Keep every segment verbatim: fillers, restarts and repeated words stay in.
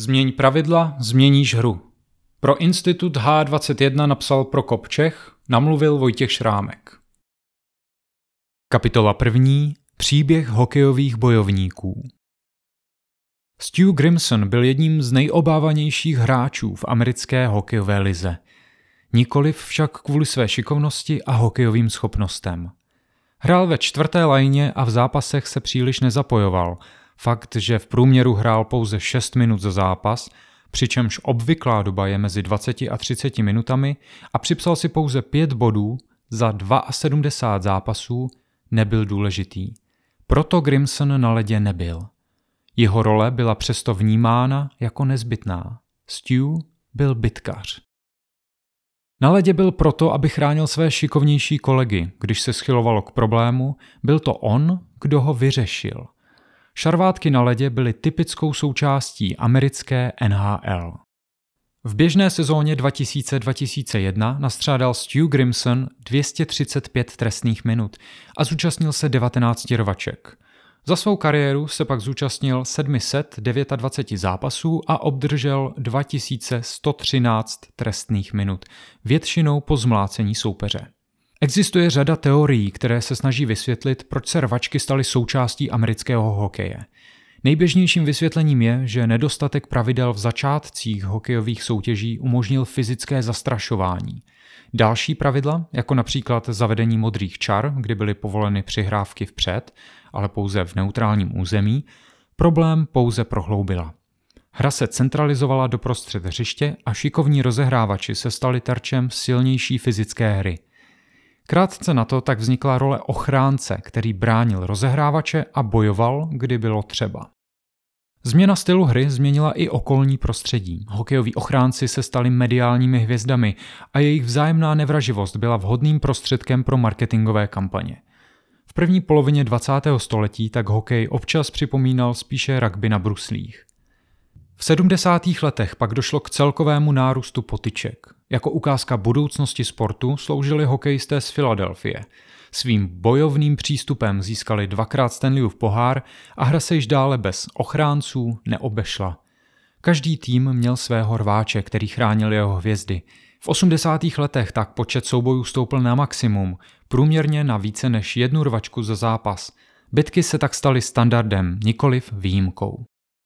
Změň pravidla, změníš hru. Pro Institut H dvacet jedna napsal Prokop Čech, namluvil Vojtěch Šrámek. Kapitola první. Příběh hokejových bojovníků. Stu Grimson byl jedním z nejobávanějších hráčů v americké hokejové lize. Nikoliv však kvůli své šikovnosti a hokejovým schopnostem. Hrál ve čtvrté lajně a v zápasech se příliš nezapojoval. Fakt, že v průměru hrál pouze šest minut za zápas, přičemž obvyklá doba je mezi dvaceti a třiceti minutami a připsal si pouze pět bodů za sedmdesát dva zápasů, nebyl důležitý. Proto Grimson na ledě nebyl. Jeho role byla přesto vnímána jako nezbytná. Stu byl bitkař. Na ledě byl proto, aby chránil své šikovnější kolegy. Když se schylovalo k problému, byl to on, kdo ho vyřešil. Šarvátky na ledě byly typickou součástí americké N H L. V běžné sezóně dva tisíce dva tisíce jedna nastřádal Stu Grimson dvě stě třicet pět trestných minut a zúčastnil se devatenácti rvaček. Za svou kariéru se pak zúčastnil sedm set dvacet devět zápasů a obdržel dva tisíce sto třináct trestných minut, většinou po zmlácení soupeře. Existuje řada teorií, které se snaží vysvětlit, proč se rvačky staly součástí amerického hokeje. Nejběžnějším vysvětlením je, že nedostatek pravidel v začátcích hokejových soutěží umožnil fyzické zastrašování. Další pravidla, jako například zavedení modrých čar, kdy byly povoleny přihrávky vpřed, ale pouze v neutrálním území, problém pouze prohloubila. Hra se centralizovala do prostřed hřiště a šikovní rozehrávači se stali terčem silnější fyzické hry. Krátce na to tak vznikla role ochránce, který bránil rozehrávače a bojoval, kdy bylo třeba. Změna stylu hry změnila i okolní prostředí. Hokejoví ochránci se stali mediálními hvězdami a jejich vzájemná nevraživost byla vhodným prostředkem pro marketingové kampaně. V první polovině dvacátého století tak hokej občas připomínal spíše rugby na bruslích. V sedmdesátých letech pak došlo k celkovému nárůstu potyček. Jako ukázka budoucnosti sportu sloužili hokejisté z Filadelfie. Svým bojovným přístupem získali dvakrát Stanleyův pohár a hra se již dále bez ochránců neobešla. Každý tým měl svého rváče, který chránil jeho hvězdy. V osmdesátých letech tak počet soubojů stoupl na maximum, průměrně na více než jednu rvačku za zápas. Bitky se tak staly standardem, nikoliv výjimkou.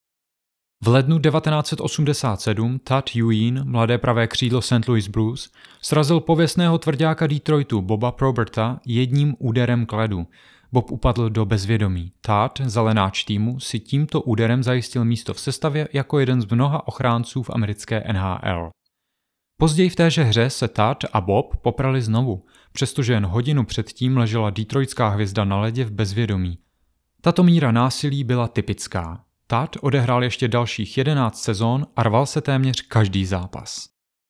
V lednu devatenáct set osmdesát sedm Tad Ewing, mladé pravé křídlo Saint Louis Blues, srazil pověstného tvrďáka Detroitu Boba Proberta jedním úderem k ledu. Bob upadl do bezvědomí. Tad, zelenáč týmu, si tímto úderem zajistil místo v sestavě jako jeden z mnoha ochránců v americké N H L. Později v téže hře se Tad a Bob poprali znovu, přestože jen hodinu předtím ležela detroitská hvězda na ledě v bezvědomí. Tato míra násilí byla typická. Tad odehrál ještě dalších jedenáct sezón a rval se téměř každý zápas.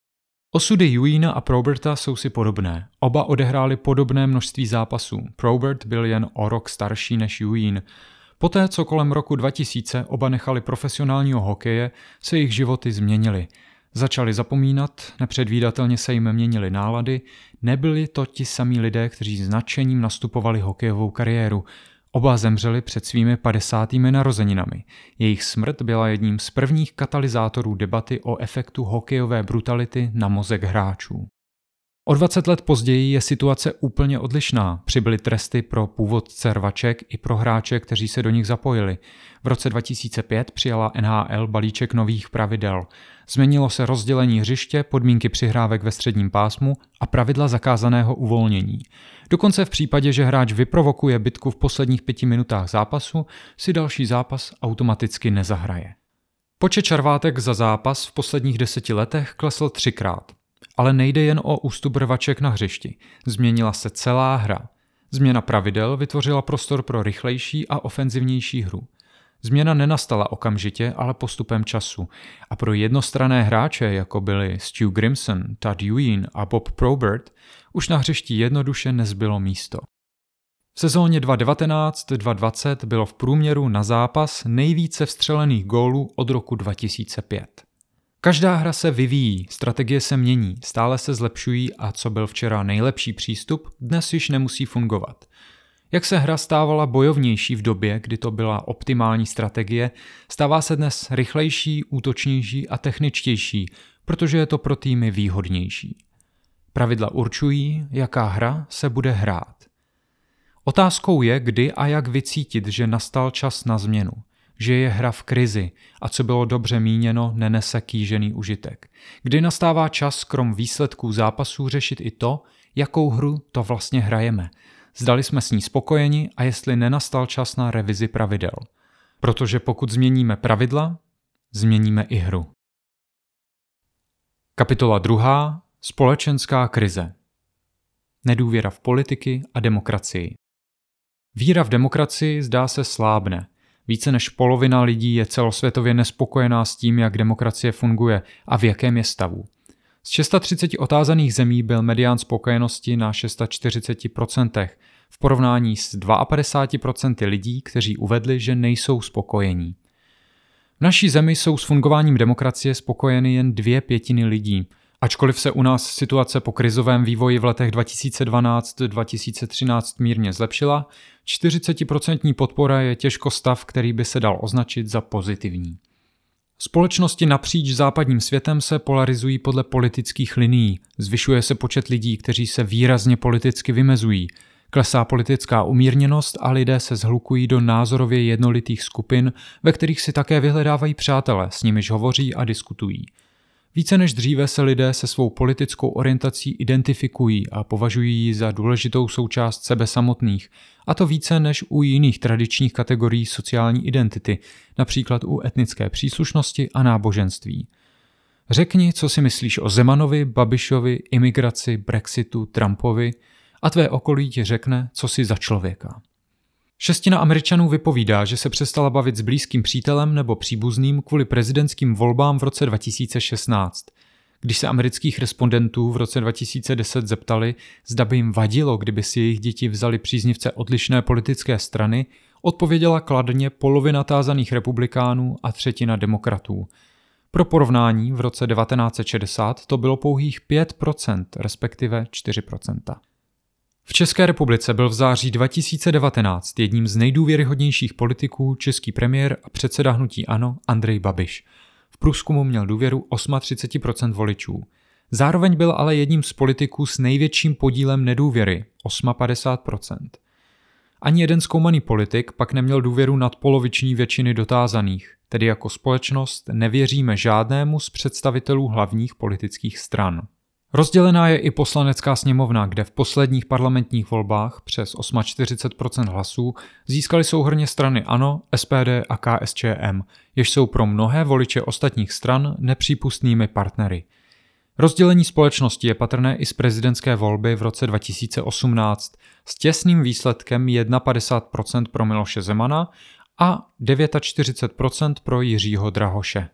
Osudy Ewinga a Proberta jsou si podobné. Oba odehráli podobné množství zápasů. Probert byl jen o rok starší než Ewing. Poté, co kolem roku dva tisíce oba nechali profesionálního hokeje, se jejich životy změnily. Začali zapomínat, nepředvídatelně se jim měnily nálady, nebyli to ti samí lidé, kteří s nadšením nastupovali hokejovou kariéru. Oba zemřeli před svými padesátými narozeninami. Jejich smrt byla jedním z prvních katalyzátorů debaty o efektu hokejové brutality na mozek hráčů. O dvacet let později je situace úplně odlišná. Přibyly tresty pro původce rvaček i pro hráče, kteří se do nich zapojili. V roce dva tisíce pět přijala N H L balíček nových pravidel. Změnilo se rozdělení hřiště, podmínky přihrávek ve středním pásmu a pravidla zakázaného uvolnění. Dokonce v případě, že hráč vyprovokuje bitku v posledních pěti minutách zápasu, si další zápas automaticky nezahraje. Počet čarvátek za zápas v posledních deseti letech klesl třikrát. Ale nejde jen o ústup rvaček na hřišti. Změnila se celá hra. Změna pravidel vytvořila prostor pro rychlejší a ofenzivnější hru. Změna nenastala okamžitě, ale postupem času. A pro jednostranné hráče, jako byli Stu Grimson, Tad Ewing a Bob Probert, už na hřišti jednoduše nezbylo místo. V sezóně dva tisíce devatenáct dva tisíce dvacet bylo v průměru na zápas nejvíce vstřelených gólů od roku dva tisíce pět. Každá hra se vyvíjí, strategie se mění, stále se zlepšují a co byl včera nejlepší přístup, dnes již nemusí fungovat. Jak se hra stávala bojovnější v době, kdy to byla optimální strategie, stává se dnes rychlejší, útočnější a techničtější, protože je to pro týmy výhodnější. Pravidla určují, jaká hra se bude hrát. Otázkou je, kdy a jak vycítit, že nastal čas na změnu, že je hra v krizi a co bylo dobře míněno, nenese kýžený užitek. Kdy nastává čas krom výsledků zápasů řešit i to, jakou hru to vlastně hrajeme. Zdali jsme s ní spokojeni a jestli nenastal čas na revizi pravidel. Protože pokud změníme pravidla, změníme i hru. Kapitola druhá. Společenská krize. Nedůvěra v politiky a demokracii. Víra v demokracii zdá se slábne. Více než polovina lidí je celosvětově nespokojená s tím, jak demokracie funguje a v jakém je stavu. Z třicet šest otázaných zemí byl medián spokojenosti na čtyřicet šest procent v porovnání s padesát dva procent lidí, kteří uvedli, že nejsou spokojení. V naší zemi jsou s fungováním demokracie spokojeny jen dvě pětiny lidí, ačkoliv se u nás situace po krizovém vývoji v letech dva tisíce dvanáct až dva tisíce třináct mírně zlepšila, čtyřicetiprocentní podpora je těžko stav, který by se dal označit za pozitivní. Společnosti napříč západním světem se polarizují podle politických linií, zvyšuje se počet lidí, kteří se výrazně politicky vymezují, klesá politická umírněnost a lidé se zhlukují do názorově jednolitých skupin, ve kterých si také vyhledávají přátele, s nimiž hovoří a diskutují. Více než dříve se lidé se svou politickou orientací identifikují a považují ji za důležitou součást sebe samotných, a to více než u jiných tradičních kategorií sociální identity, například u etnické příslušnosti a náboženství. Řekni, co si myslíš o Zemanovi, Babišovi, imigraci, Brexitu, Trumpovi a tvé okolí ti řekne, co jsi za člověka. Šestina Američanů vypovídá, že se přestala bavit s blízkým přítelem nebo příbuzným kvůli prezidentským volbám v roce dva tisíce šestnáct. Když se amerických respondentů v roce dva tisíce deset zeptali, zda by jim vadilo, kdyby si jejich děti vzali příznivce odlišné politické strany, odpověděla kladně polovina tázaných republikánů a třetina demokratů. Pro porovnání v roce devatenáct set šedesát to bylo pouhých pět procent, respektive čtyři procenta. V České republice byl v září dva tisíce devatenáct jedním z nejdůvěryhodnějších politiků český premiér a předseda hnutí ANO Andrej Babiš. V průzkumu měl důvěru třicet osm procent voličů. Zároveň byl ale jedním z politiků s největším podílem nedůvěry, padesát osm procent. Ani jeden zkoumaný politik pak neměl důvěru nadpoloviční většiny dotázaných, tedy jako společnost nevěříme žádnému z představitelů hlavních politických stran. Rozdělená je i poslanecká sněmovna, kde v posledních parlamentních volbách přes čtyřicet osm procent hlasů získaly souhrnně strany ANO, S P D a K S Č M, jež jsou pro mnohé voliče ostatních stran nepřípustnými partnery. Rozdělení společnosti je patrné i z prezidentské volby v roce dva tisíce osmnáct s těsným výsledkem padesát jedna procent pro Miloše Zemana a čtyřicet devět procent pro Jiřího Drahoše.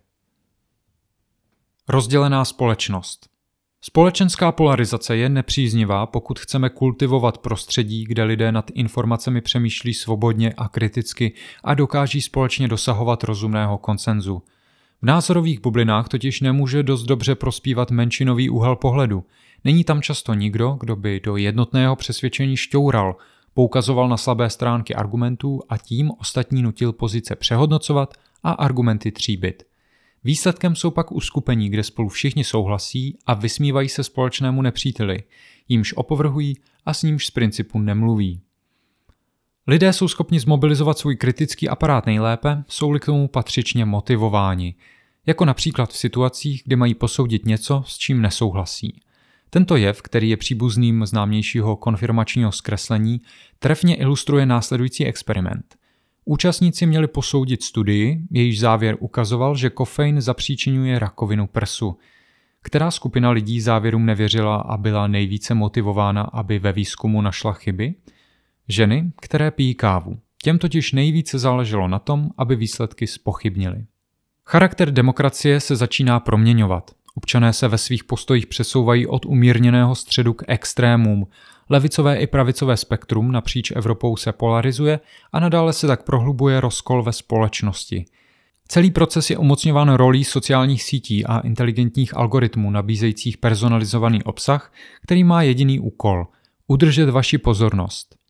Rozdělená společnost. Společenská polarizace je nepříznivá, pokud chceme kultivovat prostředí, kde lidé nad informacemi přemýšlí svobodně a kriticky a dokáží společně dosahovat rozumného konsenzu. V názorových bublinách totiž nemůže dost dobře prospívat menšinový úhel pohledu. Není tam často nikdo, kdo by do jednotného přesvědčení šťoural, poukazoval na slabé stránky argumentů a tím ostatní nutil pozice přehodnocovat a argumenty tříbit. Výsledkem jsou pak uskupení, kde spolu všichni souhlasí a vysmívají se společnému nepříteli, jímž opovrhují a s nímž z principu nemluví. Lidé jsou schopni zmobilizovat svůj kritický aparát nejlépe, jsou-li k tomu patřičně motivováni, jako například v situacích, kdy mají posoudit něco, s čím nesouhlasí. Tento jev, který je příbuzným známějšího konfirmačního zkreslení, trefně ilustruje následující experiment. Účastníci měli posoudit studii, jejíž závěr ukazoval, že kofein zapříčiňuje rakovinu prsu. Která skupina lidí závěrům nevěřila a byla nejvíce motivována, aby ve výzkumu našla chyby? Ženy, které pijí kávu. Těm totiž nejvíce záleželo na tom, aby výsledky zpochybnili. Charakter demokracie se začíná proměňovat. Občané se ve svých postojích přesouvají od umírněného středu k extrémům. Levicové i pravicové spektrum napříč Evropou se polarizuje a nadále se tak prohlubuje rozkol ve společnosti. Celý proces je umocňován rolí sociálních sítí a inteligentních algoritmů nabízejících personalizovaný obsah, který má jediný úkol – udržet vaši pozornost.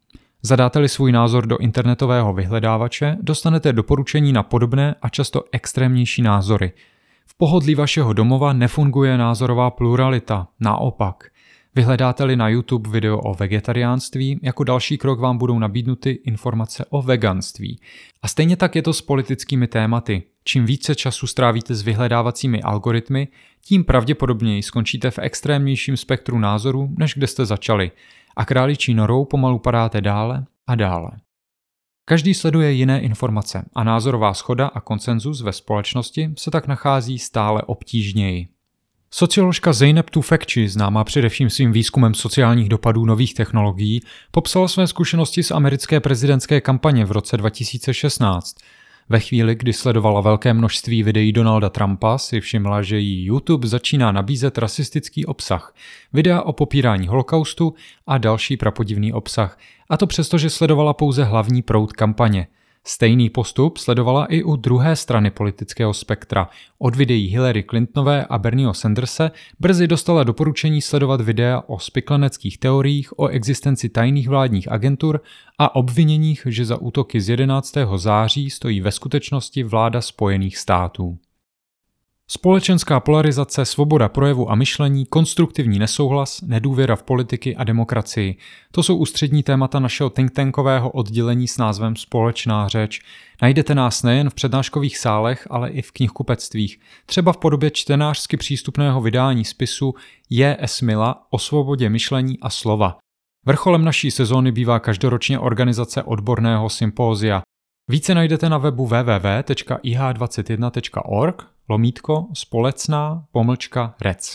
Zadáte-li svůj názor do internetového vyhledávače, dostanete doporučení na podobné a často extrémnější názory. V pohodlí vašeho domova nefunguje názorová pluralita, naopak. Vyhledáte-li na YouTube video o vegetariánství, jako další krok vám budou nabídnuty informace o veganství. A stejně tak je to s politickými tématy. Čím více času strávíte s vyhledávacími algoritmy, tím pravděpodobněji skončíte v extrémnějším spektru názorů, než kde jste začali. A králičí norou pomalu padáte dále a dále. Každý sleduje jiné informace a názorová shoda a konsenzus ve společnosti se tak nachází stále obtížněji. Socioložka Zeynep Tufekci, známá především svým výzkumem sociálních dopadů nových technologií, popsala své zkušenosti z americké prezidentské kampaně v roce dva tisíce šestnáct. Ve chvíli, kdy sledovala velké množství videí Donalda Trumpa, si všimla, že jí YouTube začíná nabízet rasistický obsah, videa o popírání holokaustu a další prapodivný obsah, a to přesto, že sledovala pouze hlavní proud kampaně. Stejný postup sledovala i u druhé strany politického spektra. Od videí Hillary Clintonové a Bernieho Sanderse brzy dostala doporučení sledovat videa o spikleneckých teoriích, o existenci tajných vládních agentur a obviněních, že za útoky z jedenáctého září stojí ve skutečnosti vláda Spojených států. Společenská polarizace, svoboda projevu a myšlení, konstruktivní nesouhlas, nedůvěra v politiky a demokracii. To jsou ústřední témata našeho think tankového oddělení s názvem Společná řeč. Najdete nás nejen v přednáškových sálech, ale i v knihkupectvích. Třeba v podobě čtenářsky přístupného vydání spisu J. S. Milla o svobodě myšlení a slova. Vrcholem naší sezóny bývá každoročně organizace odborného sympózia. Více najdete na webu w w w tečka i h dvacet jedna tečka org lomítko společná pomlčka rec.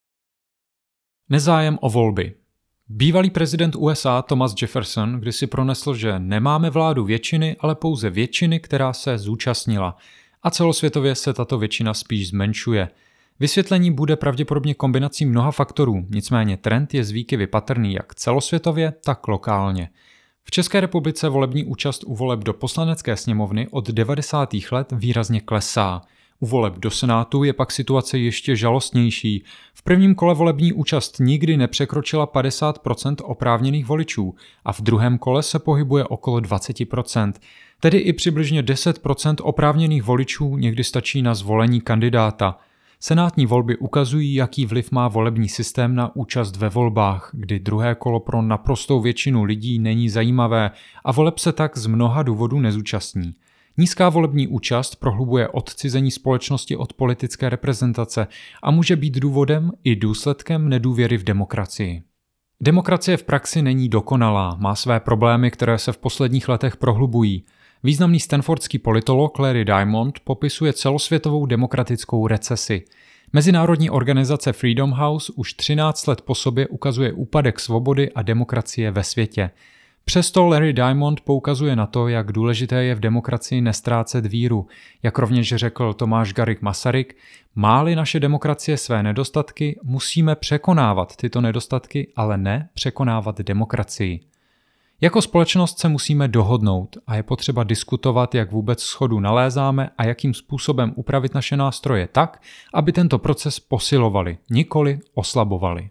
Nezájem o volby. Bývalý prezident U S A Thomas Jefferson kdysi pronesl, že nemáme vládu většiny, ale pouze většiny, která se zúčastnila. A celosvětově se tato většina spíš zmenšuje. Vysvětlení bude pravděpodobně kombinací mnoha faktorů, nicméně trend je zvýkyvy patrný jak celosvětově, tak lokálně. V České republice volební účast u voleb do Poslanecké sněmovny od devadesátých let výrazně klesá. U voleb do Senátu je pak situace ještě žalostnější. V prvním kole volební účast nikdy nepřekročila padesát procent oprávněných voličů a v druhém kole se pohybuje okolo dvacet procent. Tedy i přibližně deset procent oprávněných voličů někdy stačí na zvolení kandidáta. Senátní volby ukazují, jaký vliv má volební systém na účast ve volbách, kdy druhé kolo pro naprostou většinu lidí není zajímavé a voleb se tak z mnoha důvodů nezúčastní. Nízká volební účast prohlubuje odcizení společnosti od politické reprezentace a může být důvodem i důsledkem nedůvěry v demokracii. Demokracie v praxi není dokonalá, má své problémy, které se v posledních letech prohlubují. Významný stanfordský politolog Larry Diamond popisuje celosvětovou demokratickou recesi. Mezinárodní organizace Freedom House už třináct let po sobě ukazuje úpadek svobody a demokracie ve světě. Přesto Larry Diamond poukazuje na to, jak důležité je v demokracii nestrácet víru. Jak rovněž řekl Tomáš Garrigue Masaryk, má-li naše demokracie své nedostatky, musíme překonávat tyto nedostatky, ale ne překonávat demokracii. Jako společnost se musíme dohodnout a je potřeba diskutovat, jak vůbec shodu nalézáme a jakým způsobem upravit naše nástroje tak, aby tento proces posilovali, nikoli oslabovali.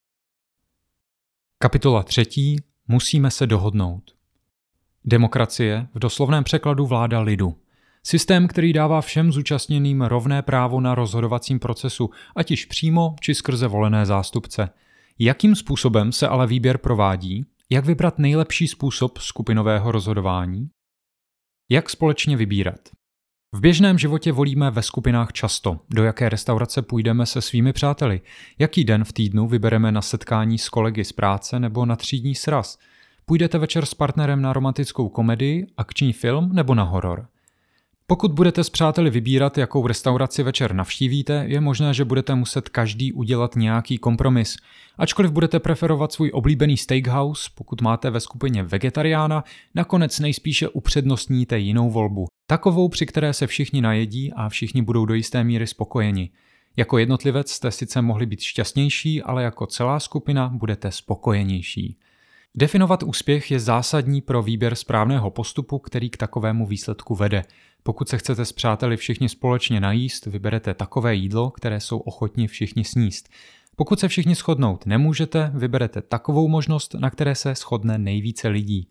Kapitola třetí. Musíme se dohodnout. Demokracie, v doslovném překladu vláda lidu. Systém, který dává všem zúčastněným rovné právo na rozhodovacím procesu, ať již přímo či skrze volené zástupce. Jakým způsobem se ale výběr provádí? Jak vybrat nejlepší způsob skupinového rozhodování? Jak společně vybírat? V běžném životě volíme ve skupinách často, do jaké restaurace půjdeme se svými přáteli, jaký den v týdnu vybereme na setkání s kolegy z práce nebo na třídní sraz. Půjdete večer s partnerem na romantickou komedii, akční film nebo na horor. Pokud budete s přáteli vybírat, jakou restauraci večer navštívíte, je možné, že budete muset každý udělat nějaký kompromis. Ačkoliv budete preferovat svůj oblíbený steakhouse, pokud máte ve skupině vegetariána, nakonec nejspíše upřednostníte jinou volbu. Takovou, při které se všichni najedí a všichni budou do jisté míry spokojeni. Jako jednotlivec jste sice mohli být šťastnější, ale jako celá skupina budete spokojenější. Definovat úspěch je zásadní pro výběr správného postupu, který k takovému výsledku vede. Pokud se chcete s přáteli všichni společně najíst, vyberete takové jídlo, které jsou ochotni všichni sníst. Pokud se všichni shodnout nemůžete, vyberete takovou možnost, na které se shodne nejvíce lidí.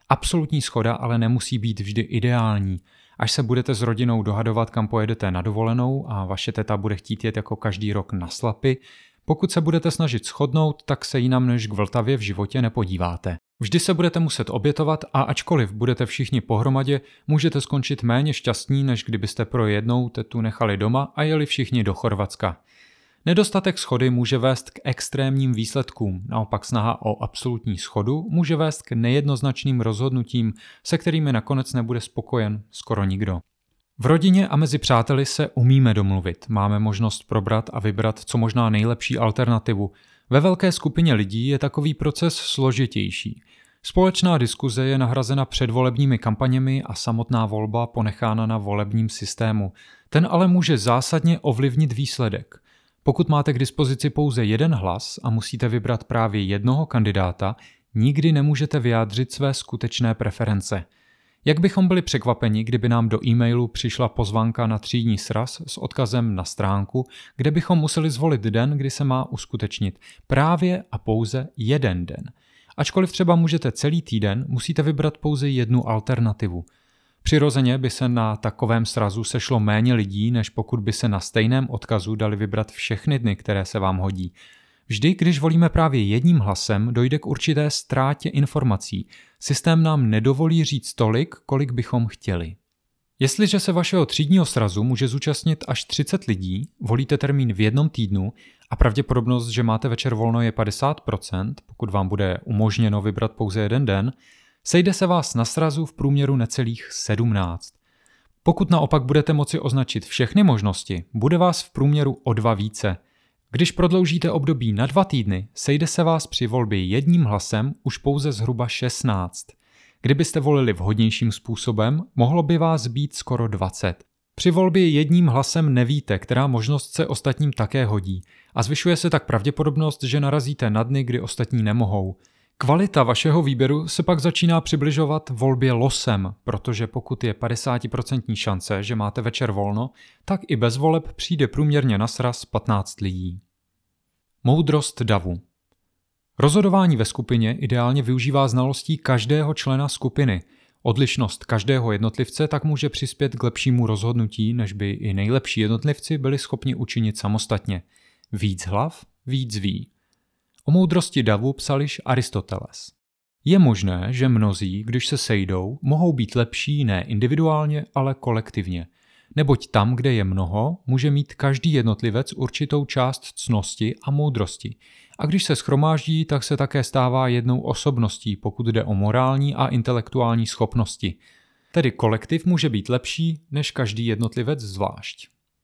Absolutní shoda ale nemusí být vždy ideální. Až se budete s rodinou dohadovat, kam pojedete na dovolenou a vaše teta bude chtít jet jako každý rok na Slapy, pokud se budete snažit shodnout, tak se jinam než k Vltavě v životě nepodíváte. Vždy se budete muset obětovat a ačkoliv budete všichni pohromadě, můžete skončit méně šťastní, než kdybyste pro jednou tetu nechali doma a jeli všichni do Chorvatska. Nedostatek shody může vést k extrémním výsledkům, naopak snaha o absolutní shodu může vést k nejednoznačným rozhodnutím, se kterými nakonec nebude spokojen skoro nikdo. V rodině a mezi přáteli se umíme domluvit, máme možnost probrat a vybrat co možná nejlepší alternativu. Ve velké skupině lidí je takový proces složitější. Společná diskuze je nahrazena předvolebními kampaněmi a samotná volba ponechána na volebním systému. Ten ale může zásadně ovlivnit výsledek. Pokud máte k dispozici pouze jeden hlas a musíte vybrat právě jednoho kandidáta, nikdy nemůžete vyjádřit své skutečné preference. Jak bychom byli překvapeni, kdyby nám do e-mailu přišla pozvánka na třídní sraz s odkazem na stránku, kde bychom museli zvolit den, kdy se má uskutečnit právě a pouze jeden den. Ačkoliv třeba můžete celý týden, musíte vybrat pouze jednu alternativu. Přirozeně by se na takovém srazu sešlo méně lidí, než pokud by se na stejném odkazu dali vybrat všechny dny, které se vám hodí. Vždy, když volíme právě jedním hlasem, dojde k určité ztrátě informací. Systém nám nedovolí říct tolik, kolik bychom chtěli. Jestliže se vašeho třídního srazu může zúčastnit až třicet lidí, volíte termín v jednom týdnu a pravděpodobnost, že máte večer volno je padesát procent, pokud vám bude umožněno vybrat pouze jeden den, sejde se vás na srazu v průměru necelých sedmnáct. Pokud naopak budete moci označit všechny možnosti, bude vás v průměru o dva více. Když prodloužíte období na dva týdny, sejde se vás při volbě jedním hlasem už pouze zhruba šestnáct. Kdybyste volili vhodnějším způsobem, mohlo by vás být skoro dvacet. Při volbě jedním hlasem nevíte, která možnost se ostatním také hodí a zvyšuje se tak pravděpodobnost, že narazíte na dny, kdy ostatní nemohou. Kvalita vašeho výběru se pak začíná přibližovat volbě losem, protože pokud je padesát procent šance, že máte večer volno, tak i bez voleb přijde průměrně na sraz patnáct lidí. Moudrost davu. Rozhodování ve skupině ideálně využívá znalostí každého člena skupiny. Odlišnost každého jednotlivce tak může přispět k lepšímu rozhodnutí, než by i nejlepší jednotlivci byli schopni učinit samostatně. Víc hlav, víc ví. O moudrosti davu psal již Aristoteles. Je možné, že mnozí, když se sejdou, mohou být lepší ne individuálně, ale kolektivně. Neboť tam, kde je mnoho, může mít každý jednotlivec určitou část ctnosti a moudrosti. A když se shromáždí, tak se také stává jednou osobností, pokud jde o morální a intelektuální schopnosti. Tedy kolektiv může být lepší než každý jednotlivec zvlášť.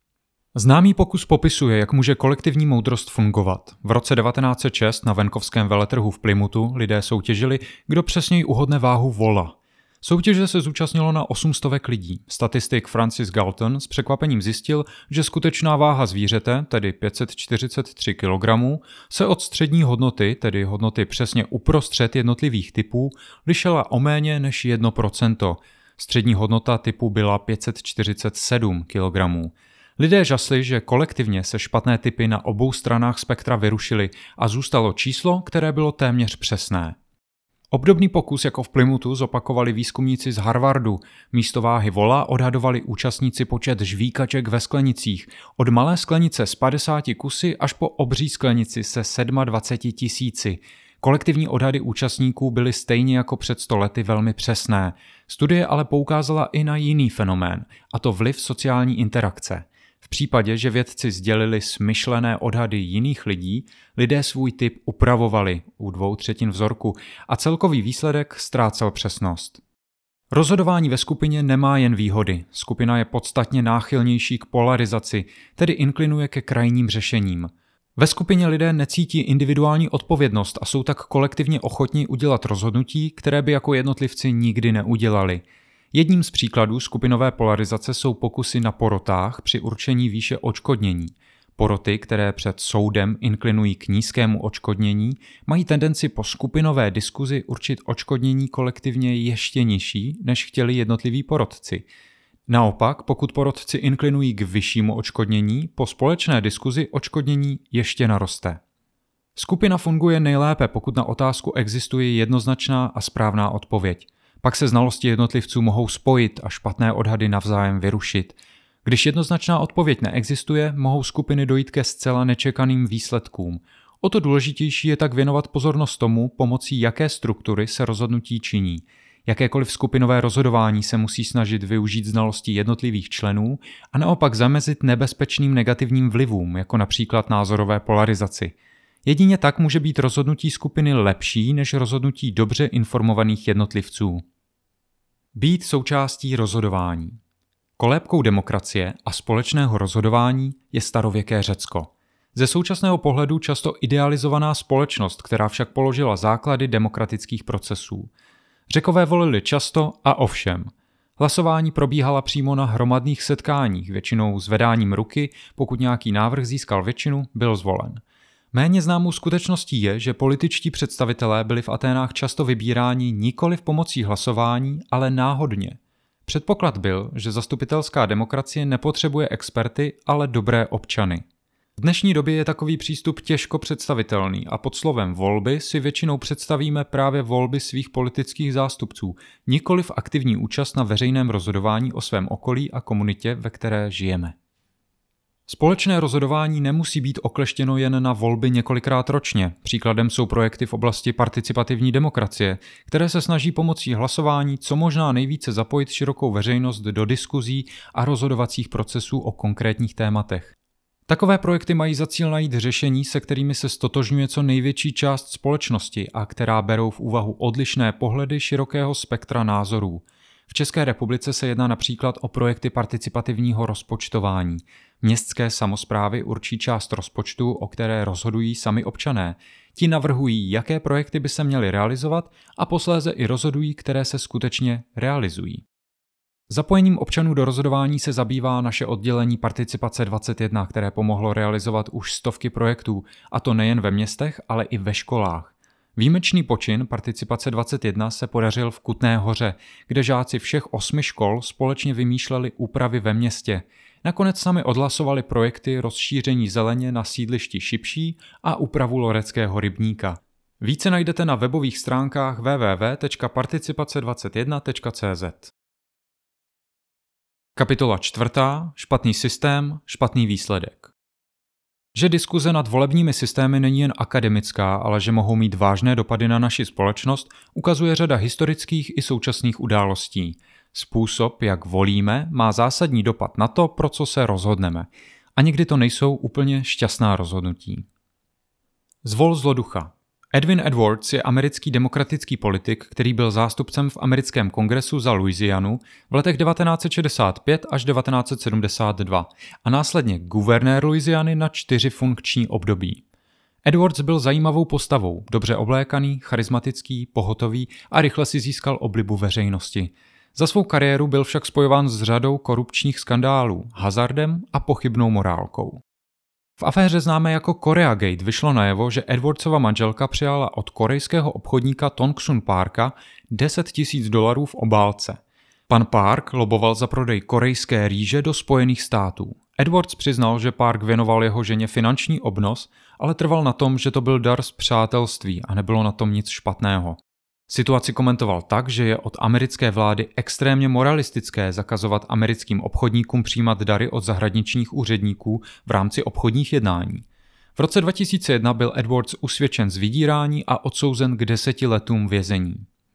Známý pokus popisuje, jak může kolektivní moudrost fungovat. V roce devatenáct set šest na venkovském veletrhu v Plymouthu lidé soutěžili, kdo přesněji uhodne váhu vola. Soutěže se zúčastnilo na osm stovek lidí. Statistik Francis Galton s překvapením zjistil, že skutečná váha zvířete, tedy pět set čtyřicet tři kilogramů, se od střední hodnoty, tedy hodnoty přesně uprostřed jednotlivých typů, lišila o méně než jedno procento. Střední hodnota typu byla pět set čtyřicet sedm kilogramů. Lidé žasli, že kolektivně se špatné typy na obou stranách spektra vyrušily a zůstalo číslo, které bylo téměř přesné. Obdobný pokus jako v Plymouthu zopakovali výzkumníci z Harvardu. Místo váhy vola odhadovali účastníci počet žvíkaček ve sklenicích, od malé sklenice s padesáti kusy až po obří sklenici se dvaceti sedmi tisíci. Kolektivní odhady účastníků byly stejně jako před sto lety velmi přesné. Studie ale poukázala i na jiný fenomén, a to vliv sociální interakce. V případě, že vědci sdělili smyšlené odhady jiných lidí, lidé svůj typ upravovali u dvou třetin vzorku a celkový výsledek ztrácel přesnost. Rozhodování ve skupině nemá jen výhody. Skupina je podstatně náchylnější k polarizaci, tedy inklinuje ke krajním řešením. Ve skupině lidé necítí individuální odpovědnost a jsou tak kolektivně ochotní udělat rozhodnutí, které by jako jednotlivci nikdy neudělali. Jedním z příkladů skupinové polarizace jsou pokusy na porotách při určení výše odškodnění. Poroty, které před soudem inklinují k nízkému odškodnění, mají tendenci po skupinové diskuzi určit odškodnění kolektivně ještě nižší, než chtěli jednotliví porotci. Naopak, pokud porotci inklinují k vyššímu odškodnění, po společné diskuzi odškodnění ještě naroste. Skupina funguje nejlépe, pokud na otázku existuje jednoznačná a správná odpověď. Pak se znalosti jednotlivců mohou spojit a špatné odhady navzájem vyrušit. Když jednoznačná odpověď neexistuje, mohou skupiny dojít ke zcela nečekaným výsledkům. O to důležitější je tak věnovat pozornost tomu, pomocí jaké struktury se rozhodnutí činí. Jakékoliv skupinové rozhodování se musí snažit využít znalostí jednotlivých členů a naopak zamezit nebezpečným negativním vlivům, jako například názorové polarizaci. Jedině tak může být rozhodnutí skupiny lepší než rozhodnutí dobře informovaných jednotlivců. Být součástí rozhodování. Kolébkou demokracie a společného rozhodování je starověké Řecko. Ze současného pohledu často idealizovaná společnost, která však položila základy demokratických procesů. Řekové volili často a ovšem. Hlasování probíhala přímo na hromadných setkáních, většinou zvedáním ruky, pokud nějaký návrh získal většinu, byl zvolen. Méně známou skutečností je, že političtí představitelé byli v Aténách často vybíráni nikoli pomocí hlasování, ale náhodně. Předpoklad byl, že zastupitelská demokracie nepotřebuje experty, ale dobré občany. V dnešní době je takový přístup těžko představitelný a pod slovem volby si většinou představíme právě volby svých politických zástupců, nikoliv aktivní účast na veřejném rozhodování o svém okolí a komunitě, ve které žijeme. Společné rozhodování nemusí být okleštěno jen na volby několikrát ročně. Příkladem jsou projekty v oblasti participativní demokracie, které se snaží pomocí hlasování co možná nejvíce zapojit širokou veřejnost do diskuzí a rozhodovacích procesů o konkrétních tématech. Takové projekty mají za cíl najít řešení, se kterými se stotožňuje co největší část společnosti a která berou v úvahu odlišné pohledy širokého spektra názorů. V České republice se jedná například o projekty participativního rozpočtování. Městské samosprávy určí část rozpočtu, o které rozhodují sami občané. Ti navrhují, jaké projekty by se měly realizovat a posléze i rozhodují, které se skutečně realizují. Zapojením občanů do rozhodování se zabývá naše oddělení Participace dvacet jedna, které pomohlo realizovat už stovky projektů, a to nejen ve městech, ale i ve školách. Výjimečný počin Participace dvacet jedna se podařil v Kutné Hoře, kde žáci všech osmi škol společně vymýšleli úpravy ve městě. Nakonec sami odhlasovali projekty rozšíření zeleně na sídlišti Šipší a úpravu Loreckého rybníka. Více najdete na webových stránkách w w w tečka participace dvacet jedna tečka c z. Kapitola čtvrtá. Špatný systém, špatný výsledek. Že diskuze nad volebními systémy není jen akademická, ale že mohou mít vážné dopady na naši společnost, ukazuje řada historických i současných událostí. Způsob, jak volíme, má zásadní dopad na to, pro co se rozhodneme. A někdy to nejsou úplně šťastná rozhodnutí. Zvol zloducha. Edwin Edwards je americký demokratický politik, který byl zástupcem v americkém kongresu za Louisianu v letech devatenáct set šedesát pět až devatenáct set sedmdesát dva a následně guvernér Louisiany na čtyři funkční období. Edwards byl zajímavou postavou, dobře oblékaný, charismatický, pohotový a rychle si získal oblibu veřejnosti. Za svou kariéru byl však spojován s řadou korupčních skandálů, hazardem a pochybnou morálkou. V aféře známé jako Koreagate vyšlo najevo, že Edwardsova manželka přijala od korejského obchodníka Tongsun Parka deset tisíc dolarů v obálce. Pan Park loboval za prodej korejské rýže do Spojených států. Edwards přiznal, že Park věnoval jeho ženě finanční obnos, ale trval na tom, že to byl dar z přátelství a nebylo na tom nic špatného. Situaci komentoval tak, že je od americké vlády extrémně moralistické zakazovat americkým obchodníkům přijímat dary od zahraničních úředníků v rámci obchodních jednání. V roce dva tisíce jedna byl Edwards usvědčen z vydírání a odsouzen k deseti letům vězení.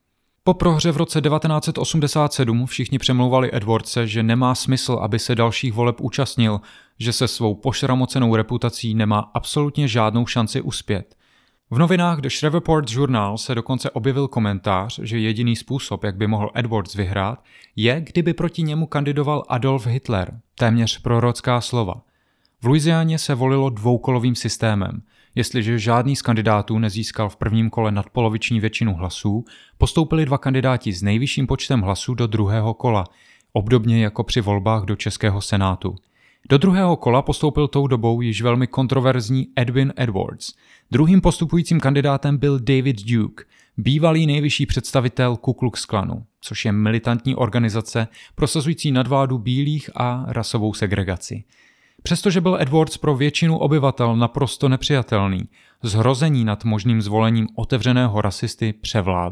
Po prohře v roce devatenáct set osmdesát sedm všichni přemlouvali Edwardse, že nemá smysl, aby se dalších voleb účastnil, že se svou pošramocenou reputací nemá absolutně žádnou šanci uspět. V novinách The Shreveport Journal se dokonce objevil komentář, že jediný způsob, jak by mohl Edwards vyhrát, je, kdyby proti němu kandidoval Adolf Hitler, téměř prorocká slova. V Louisianě se volilo dvoukolovým systémem. Jestliže žádný z kandidátů nezískal v prvním kole nadpoloviční většinu hlasů, postoupili dva kandidáti s nejvyšším počtem hlasů do druhého kola, obdobně jako při volbách do Českého senátu. Do druhého kola postoupil tou dobou již velmi kontroverzní Edwin Edwards. Druhým postupujícím kandidátem byl David Duke, bývalý nejvyšší představitel Ku Klux Klanu, což je militantní organizace prosazující nadvládu bílých a rasovou segregaci. Přestože byl Edwards pro většinu obyvatel naprosto nepřijatelný, zhrození nad možným zvolením otevřeného rasisty převládlo.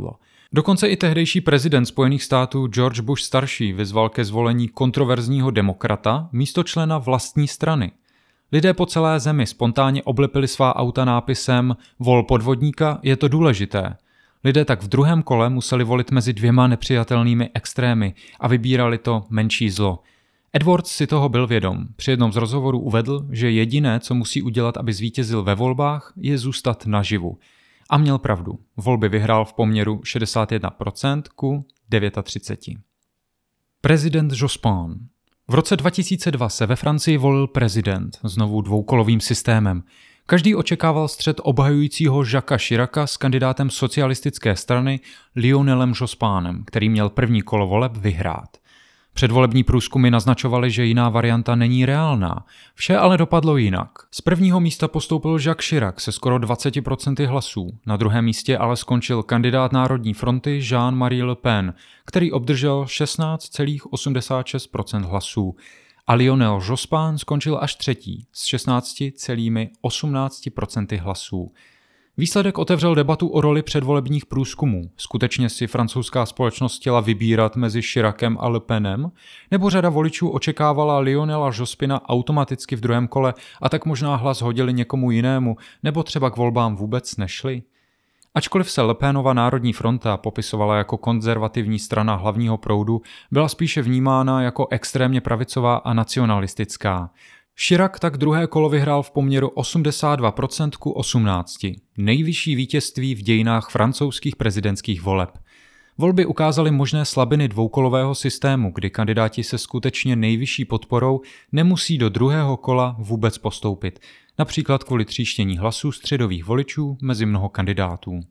Dokonce i tehdejší prezident Spojených států George Bush starší vyzval ke zvolení kontroverzního demokrata místo člena vlastní strany. Lidé po celé zemi spontánně oblepili svá auta nápisem "Vol podvodníka, je to důležité". Lidé tak v druhém kole museli volit mezi dvěma nepřijatelnými extrémy a vybírali to menší zlo. Edwards si toho byl vědom. Při jednom z rozhovorů uvedl, že jediné, co musí udělat, aby zvítězil ve volbách, je zůstat naživu. A měl pravdu. Volby vyhrál v poměru šedesát jedna procent ku třicet devět. Prezident Jospin. V roce dva tisíce dva se ve Francii volil prezident, znovu dvoukolovým systémem. Každý očekával střet obhajujícího Jacquesa Chiraca s kandidátem socialistické strany Lionelem Jospinem, který měl první kolo voleb vyhrát. Předvolební průzkumy naznačovaly, že jiná varianta není reálná. Vše ale dopadlo jinak. Z prvního místa postoupil Jacques Chirac se skoro dvaceti procenty hlasů. Na druhém místě ale skončil kandidát Národní fronty Jean-Marie Le Pen, který obdržel šestnáct celá osmdesát šest procent hlasů. A Lionel Jospin skončil až třetí s šestnáct celá osmnáct procent hlasů. Výsledek otevřel debatu o roli předvolebních průzkumů. Skutečně si francouzská společnost chtěla vybírat mezi Chiracem a Le Penem, nebo řada voličů očekávala Lionela Jospina automaticky v druhém kole a tak možná hlas hodili někomu jinému, nebo třeba k volbám vůbec nešli? Ačkoliv se Le Penova Národní fronta popisovala jako konzervativní strana hlavního proudu, byla spíše vnímána jako extrémně pravicová a nacionalistická. Chirac tak druhé kolo vyhrál v poměru osmdesát dva procent ku osmnácti. Nejvyšší vítězství v dějinách francouzských prezidentských voleb. Volby ukázaly možné slabiny dvoukolového systému, kdy kandidáti se skutečně nejvyšší podporou nemusí do druhého kola vůbec postoupit, například kvůli tříštění hlasů středových voličů mezi mnoho kandidátů.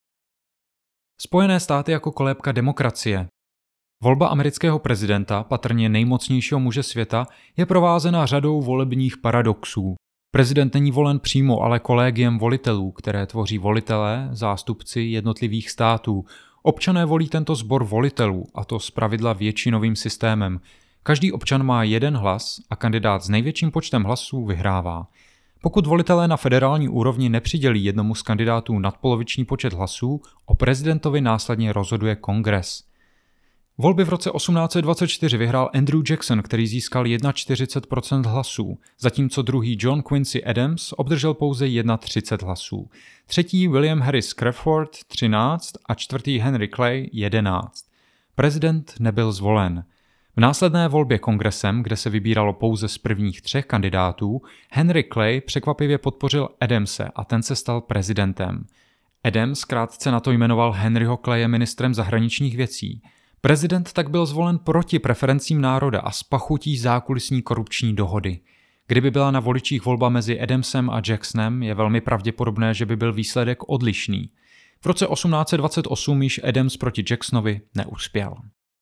Spojené státy jako kolébka demokracie. Volba amerického prezidenta, patrně nejmocnějšího muže světa, je provázena řadou volebních paradoxů. Prezident není volen přímo, ale kolegiem volitelů, které tvoří volitelé, zástupci jednotlivých států. Občané volí tento sbor volitelů, a to zpravidla většinovým systémem. Každý občan má jeden hlas a kandidát s největším počtem hlasů vyhrává. Pokud volitelé na federální úrovni nepřidělí jednomu z kandidátů nadpoloviční počet hlasů, o prezidentovi následně rozhoduje kongres. Volby v roce osmnáct set dvacet čtyři vyhrál Andrew Jackson, který získal čtyřicet jedna procent hlasů, zatímco druhý John Quincy Adams obdržel pouze třicet jedna hlasů. Třetí William Harris Crawford třináct a čtvrtý Henry Clay jedenáct. Prezident nebyl zvolen. V následné volbě kongresem, kde se vybíralo pouze z prvních třech kandidátů, Henry Clay překvapivě podpořil Adamse a ten se stal prezidentem. Adams krátce na to jmenoval Henryho Claye ministrem zahraničních věcí. Prezident tak byl zvolen proti preferencím národa a s pachutí zákulisní korupční dohody. Kdyby byla na voličích volba mezi Adamsem a Jacksonem, je velmi pravděpodobné, že by byl výsledek odlišný. V roce osmnáct set dvacet osm již Adams proti Jacksonovi neuspěl.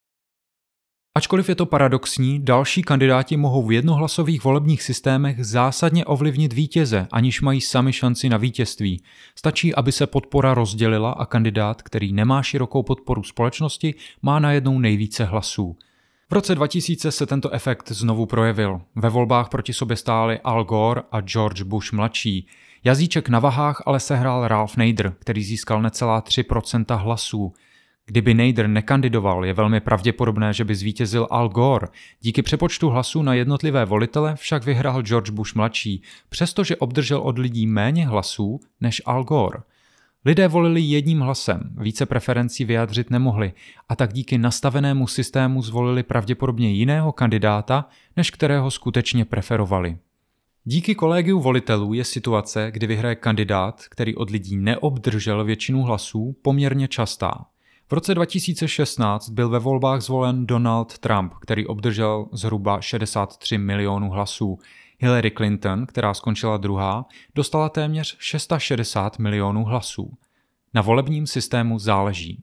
Ačkoliv je to paradoxní, další kandidáti mohou v jednohlasových volebních systémech zásadně ovlivnit vítěze, aniž mají sami šanci na vítězství. Stačí, aby se podpora rozdělila a kandidát, který nemá širokou podporu společnosti, má najednou nejvíce hlasů. V roce dva tisíce se tento efekt znovu projevil. Ve volbách proti sobě stáli Al Gore a George Bush mladší. Jazyček na vahách ale sehrál Ralph Nader, který získal necelá tři procenta hlasů. Kdyby Nader nekandidoval, je velmi pravděpodobné, že by zvítězil Al Gore. Díky přepočtu hlasů na jednotlivé volitele však vyhrál George Bush mladší, přestože obdržel od lidí méně hlasů než Al Gore. Lidé volili jedním hlasem, více preferencí vyjádřit nemohli a tak díky nastavenému systému zvolili pravděpodobně jiného kandidáta, než kterého skutečně preferovali. Díky kolegiu volitelů je situace, kdy vyhraje kandidát, který od lidí neobdržel většinu hlasů, poměrně častá. V roce dva tisíce šestnáct byl ve volbách zvolen Donald Trump, který obdržel zhruba šedesát tři milionů hlasů. Hillary Clinton, která skončila druhá, dostala téměř šedesát šest milionů hlasů. Na volebním systému záleží.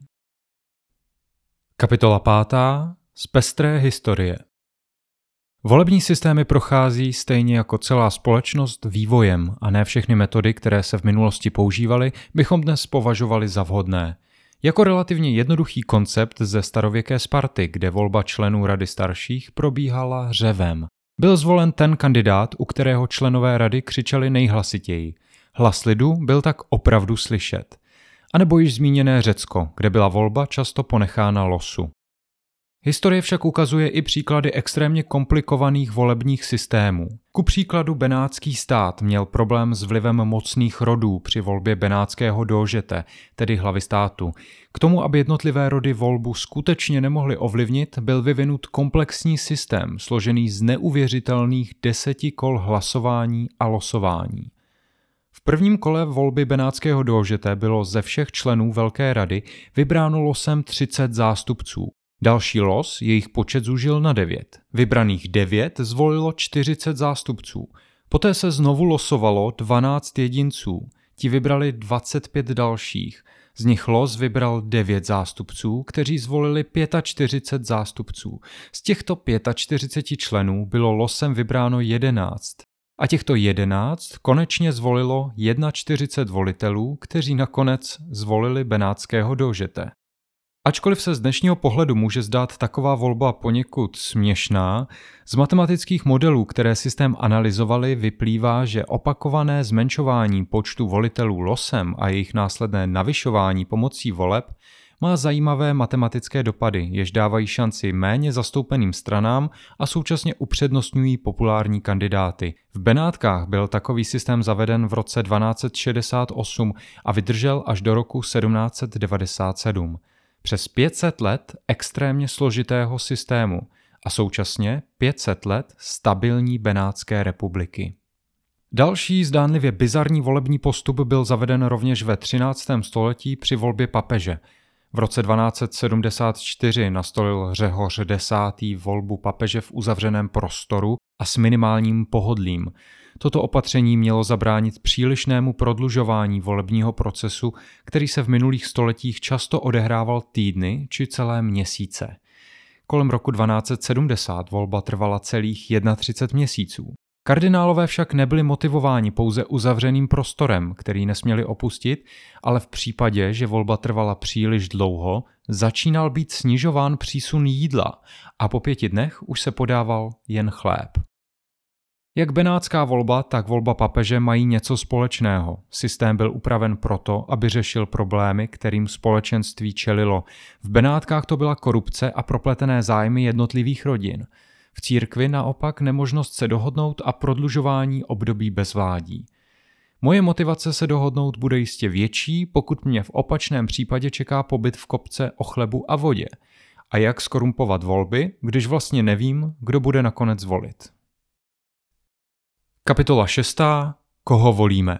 Kapitola pátá. Z pestré historie. Volební systémy prochází stejně jako celá společnost vývojem a ne všechny metody, které se v minulosti používaly, bychom dnes považovali za vhodné. Jako relativně jednoduchý koncept ze starověké Sparty, kde volba členů rady starších probíhala řevem. Byl zvolen ten kandidát, u kterého členové rady křičeli nejhlasitěji. Hlas lidu byl tak opravdu slyšet. anebo již zmíněné Řecko, kde byla volba často ponechána losu. Historie však ukazuje i příklady extrémně komplikovaných volebních systémů. Ku příkladu benátský stát měl problém s vlivem mocných rodů při volbě benátského dóžete, tedy hlavy státu. K tomu, aby jednotlivé rody volbu skutečně nemohly ovlivnit, byl vyvinut komplexní systém, složený z neuvěřitelných deseti kol hlasování a losování. V prvním kole volby benátského dóžete bylo ze všech členů Velké rady vybráno losem třicet zástupců. Další los jejich počet zúžil na devět. Vybraných devět zvolilo čtyřicet zástupců. Poté se znovu losovalo dvanáct jedinců. Ti vybrali dvacet pět dalších. Z nich los vybral devět zástupců, kteří zvolili čtyřicet pět zástupců. Z těchto čtyřiceti pěti členů bylo losem vybráno jedenáct. A těchto jedenáct konečně zvolilo čtyřicet jedna volitelů, kteří nakonec zvolili benátského dóžete. Ačkoliv se z dnešního pohledu může zdát taková volba poněkud směšná, z matematických modelů, které systém analyzovali, vyplývá, že opakované zmenšování počtu volitelů losem a jejich následné navyšování pomocí voleb má zajímavé matematické dopady, jež dávají šanci méně zastoupeným stranám a současně upřednostňují populární kandidáty. V Benátkách byl takový systém zaveden v roce dvanáct set šedesát osm a vydržel až do roku sedmnáct set devadesát sedm. Přes pět set let extrémně složitého systému a současně pět set let stabilní Benátské republiky. Další zdánlivě bizarní volební postup byl zaveden rovněž ve třináctém století při volbě papeže. V roce dvanáct set sedmdesát čtyři nastolil Řehoř desátý volbu papeže v uzavřeném prostoru a s minimálním pohodlím. Toto opatření mělo zabránit přílišnému prodlužování volebního procesu, který se v minulých stoletích často odehrával týdny či celé měsíce. Kolem roku dvanáct set sedmdesát volba trvala celých třicet jedna měsíců. Kardinálové však nebyli motivováni pouze uzavřeným prostorem, který nesměli opustit, ale v případě, že volba trvala příliš dlouho, začínal být snižován přísun jídla a po pěti dnech už se podával jen chléb. Jak benátská volba, tak volba papeže mají něco společného. Systém byl upraven proto, aby řešil problémy, kterým společenství čelilo. V Benátkách to byla korupce a propletené zájmy jednotlivých rodin. V církvi naopak nemožnost se dohodnout a prodlužování období bezvládí. Moje motivace se dohodnout bude jistě větší, pokud mě v opačném případě čeká pobyt v kopce o chlebu a vodě. A jak skorumpovat volby, když vlastně nevím, kdo bude nakonec volit. Kapitola šestá. Koho volíme?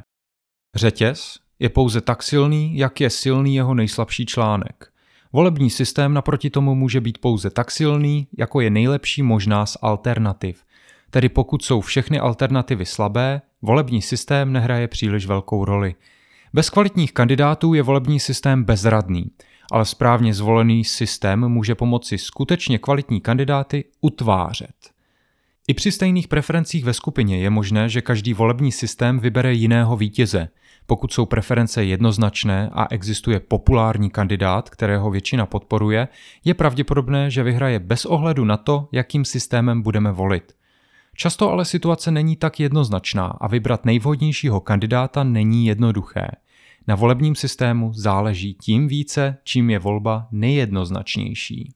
Řetěz je pouze tak silný, jak je silný jeho nejslabší článek. Volební systém naproti tomu může být pouze tak silný, jako je nejlepší možná z alternativ. Tedy pokud jsou všechny alternativy slabé, volební systém nehraje příliš velkou roli. Bez kvalitních kandidátů je volební systém bezradný, ale správně zvolený systém může pomoci skutečně kvalitní kandidáty utvářet. I při stejných preferencích ve skupině je možné, že každý volební systém vybere jiného vítěze. Pokud jsou preference jednoznačné a existuje populární kandidát, kterého většina podporuje, je pravděpodobné, že vyhraje bez ohledu na to, jakým systémem budeme volit. Často ale situace není tak jednoznačná a vybrat nejvhodnějšího kandidáta není jednoduché. Na volebním systému záleží tím více, čím je volba nejjednoznačnější.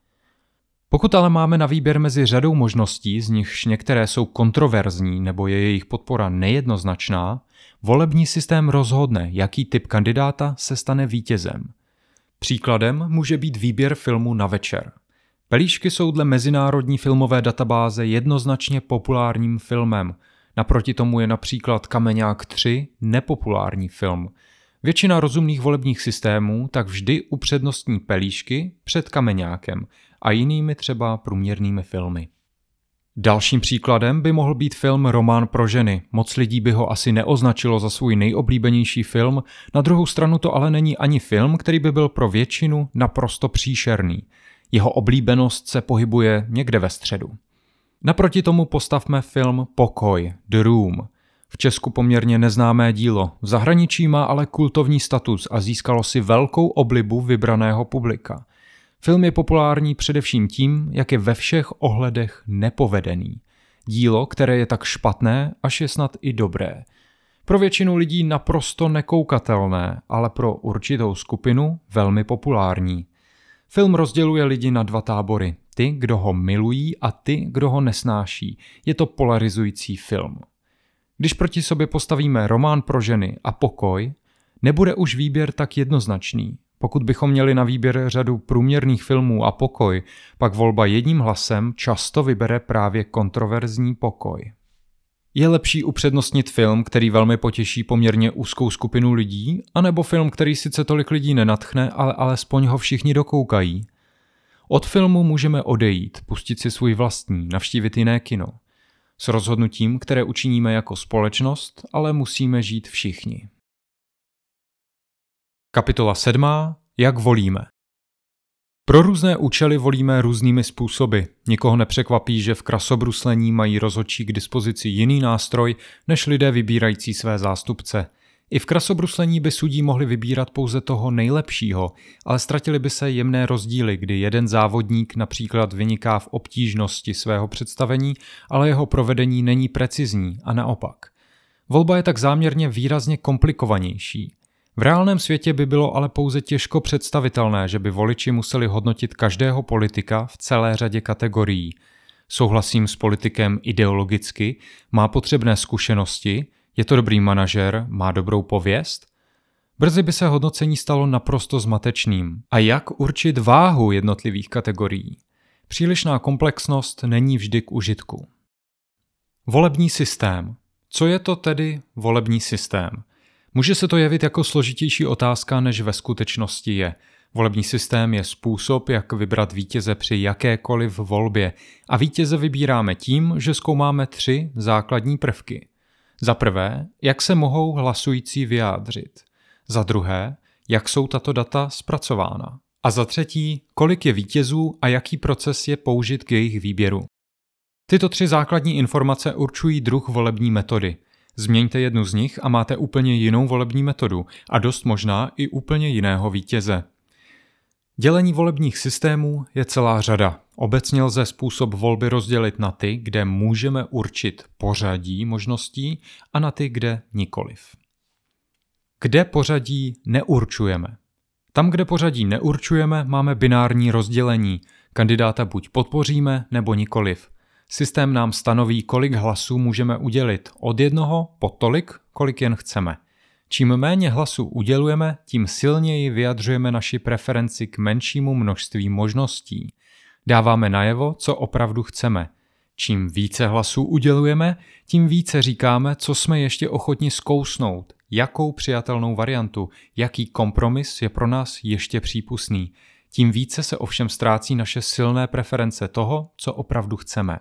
Pokud ale máme na výběr mezi řadou možností, z nichž některé jsou kontroverzní nebo je jejich podpora nejednoznačná, volební systém rozhodne, jaký typ kandidáta se stane vítězem. Příkladem může být výběr filmu na večer. Pelíšky jsou dle mezinárodní filmové databáze jednoznačně populárním filmem, naproti tomu je například Kameňák tři nepopulární film. Většina rozumných volebních systémů tak vždy upřednostní Pelíšky před Kameňákem a jinými třeba průměrnými filmy. Dalším příkladem by mohl být film Román pro ženy. Moc lidí by ho asi neoznačilo za svůj nejoblíbenější film, na druhou stranu to ale není ani film, který by byl pro většinu naprosto příšerný. Jeho oblíbenost se pohybuje někde ve středu. Naproti tomu postavme film Pokoj, The Room. V Česku poměrně neznámé dílo, v zahraničí má ale kultovní status a získalo si velkou oblibu vybraného publika. Film je populární především tím, jak je ve všech ohledech nepovedený. Dílo, které je tak špatné, až je snad i dobré. Pro většinu lidí naprosto nekoukatelné, ale pro určitou skupinu velmi populární. Film rozděluje lidi na dva tábory. Ty, kdo ho milují, a ty, kdo ho nesnáší. Je to polarizující film. Když proti sobě postavíme Román pro ženy a Pokoj, nebude už výběr tak jednoznačný. Pokud bychom měli na výběr řadu průměrných filmů a Pokoj, pak volba jedním hlasem často vybere právě kontroverzní Pokoj. Je lepší upřednostnit film, který velmi potěší poměrně úzkou skupinu lidí, anebo film, který sice tolik lidí nenadchne, ale alespoň ho všichni dokoukají? Od filmu můžeme odejít, pustit si svůj vlastní, navštívit jiné kino. S rozhodnutím, které učiníme jako společnost, ale musíme žít všichni. Kapitola sedmá. Jak volíme? Pro různé účely volíme různými způsoby. Nikoho nepřekvapí, že v krasobruslení mají rozhodčí k dispozici jiný nástroj, než lidé vybírající své zástupce. I v krasobruslení by sudí mohli vybírat pouze toho nejlepšího, ale ztratily by se jemné rozdíly, kdy jeden závodník například vyniká v obtížnosti svého představení, ale jeho provedení není precizní a naopak. Volba je tak záměrně výrazně komplikovanější. V reálném světě by bylo ale pouze těžko představitelné, že by voliči museli hodnotit každého politika v celé řadě kategorií. Souhlasím s politikem ideologicky, má potřebné zkušenosti, je to dobrý manažer, má dobrou pověst? Brzy by se hodnocení stalo naprosto zmatečným. A jak určit váhu jednotlivých kategorií? Přílišná komplexnost není vždy k užitku. Volební systém. Co je to tedy volební systém? Může se to jevit jako složitější otázka, než ve skutečnosti je. Volební systém je způsob, jak vybrat vítěze při jakékoliv volbě. A vítěze vybíráme tím, že zkoumáme tři základní prvky. Za prvé, jak se mohou hlasující vyjádřit. Za druhé, jak jsou tato data zpracována. A za třetí, kolik je vítězů a jaký proces je použit k jejich výběru. Tyto tři základní informace určují druh volební metody. Změňte jednu z nich a máte úplně jinou volební metodu a dost možná i úplně jiného vítěze. Dělení volebních systémů je celá řada. Obecně lze způsob volby rozdělit na ty, kde můžeme určit pořadí možností, a na ty, kde nikoliv. Kde pořadí neurčujeme? Tam, kde pořadí neurčujeme, máme binární rozdělení. Kandidáta buď podpoříme, nebo nikoliv. Systém nám stanoví, kolik hlasů můžeme udělit, od jednoho po tolik, kolik jen chceme. Čím méně hlasů udělujeme, tím silněji vyjadřujeme naši preferenci k menšímu množství možností. Dáváme najevo, co opravdu chceme. Čím více hlasů udělujeme, tím více říkáme, co jsme ještě ochotni zkousnout, jakou přijatelnou variantu, jaký kompromis je pro nás ještě přípustný. Tím více se ovšem ztrácí naše silné preference toho, co opravdu chceme.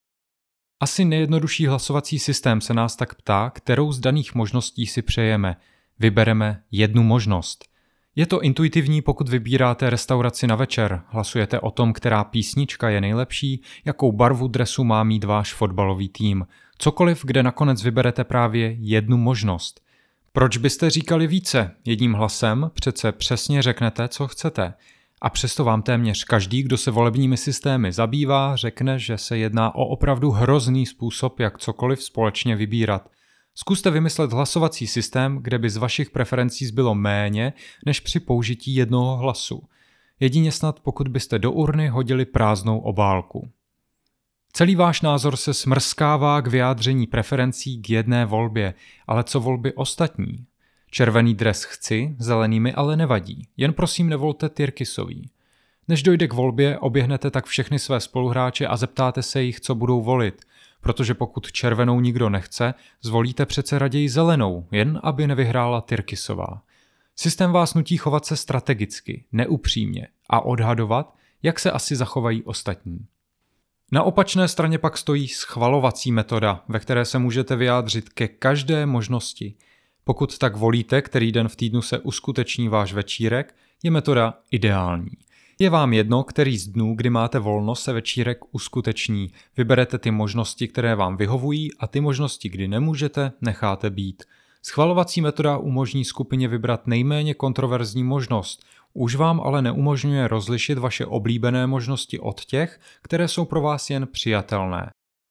Asi nejjednodušší hlasovací systém se nás tak ptá, kterou z daných možností si přejeme. Vybereme jednu možnost. Je to intuitivní, pokud vybíráte restauraci na večer, hlasujete o tom, která písnička je nejlepší, jakou barvu dresu má mít váš fotbalový tým. Cokoliv, kde nakonec vyberete právě jednu možnost. Proč byste říkali více? Jedním hlasem přece přesně řeknete, co chcete. A přesto vám téměř každý, kdo se volebními systémy zabývá, řekne, že se jedná o opravdu hrozný způsob, jak cokoliv společně vybírat. Zkuste vymyslet hlasovací systém, kde by z vašich preferencí zbylo méně, než při použití jednoho hlasu. Jedině snad, pokud byste do urny hodili prázdnou obálku. Celý váš názor se smrskává k vyjádření preferencí k jedné volbě, ale co volby ostatní? Červený dres chci, zelenými ale nevadí, jen prosím nevolte tyrkysový. Než dojde k volbě, oběhnete tak všechny své spoluhráče a zeptáte se jich, co budou volit, protože pokud červenou nikdo nechce, zvolíte přece raději zelenou, jen aby nevyhrála tyrkysová. Systém vás nutí chovat se strategicky, neupřímně a odhadovat, jak se asi zachovají ostatní. Na opačné straně pak stojí schvalovací metoda, ve které se můžete vyjádřit ke každé možnosti. Pokud tak volíte, který den v týdnu se uskuteční váš večírek, je metoda ideální. Je vám jedno, který z dnů, kdy máte volno, se večírek uskuteční. Vyberete ty možnosti, které vám vyhovují, a ty možnosti, kdy nemůžete, necháte být. Schvalovací metoda umožní skupině vybrat nejméně kontroverzní možnost, už vám ale neumožňuje rozlišit vaše oblíbené možnosti od těch, které jsou pro vás jen přijatelné.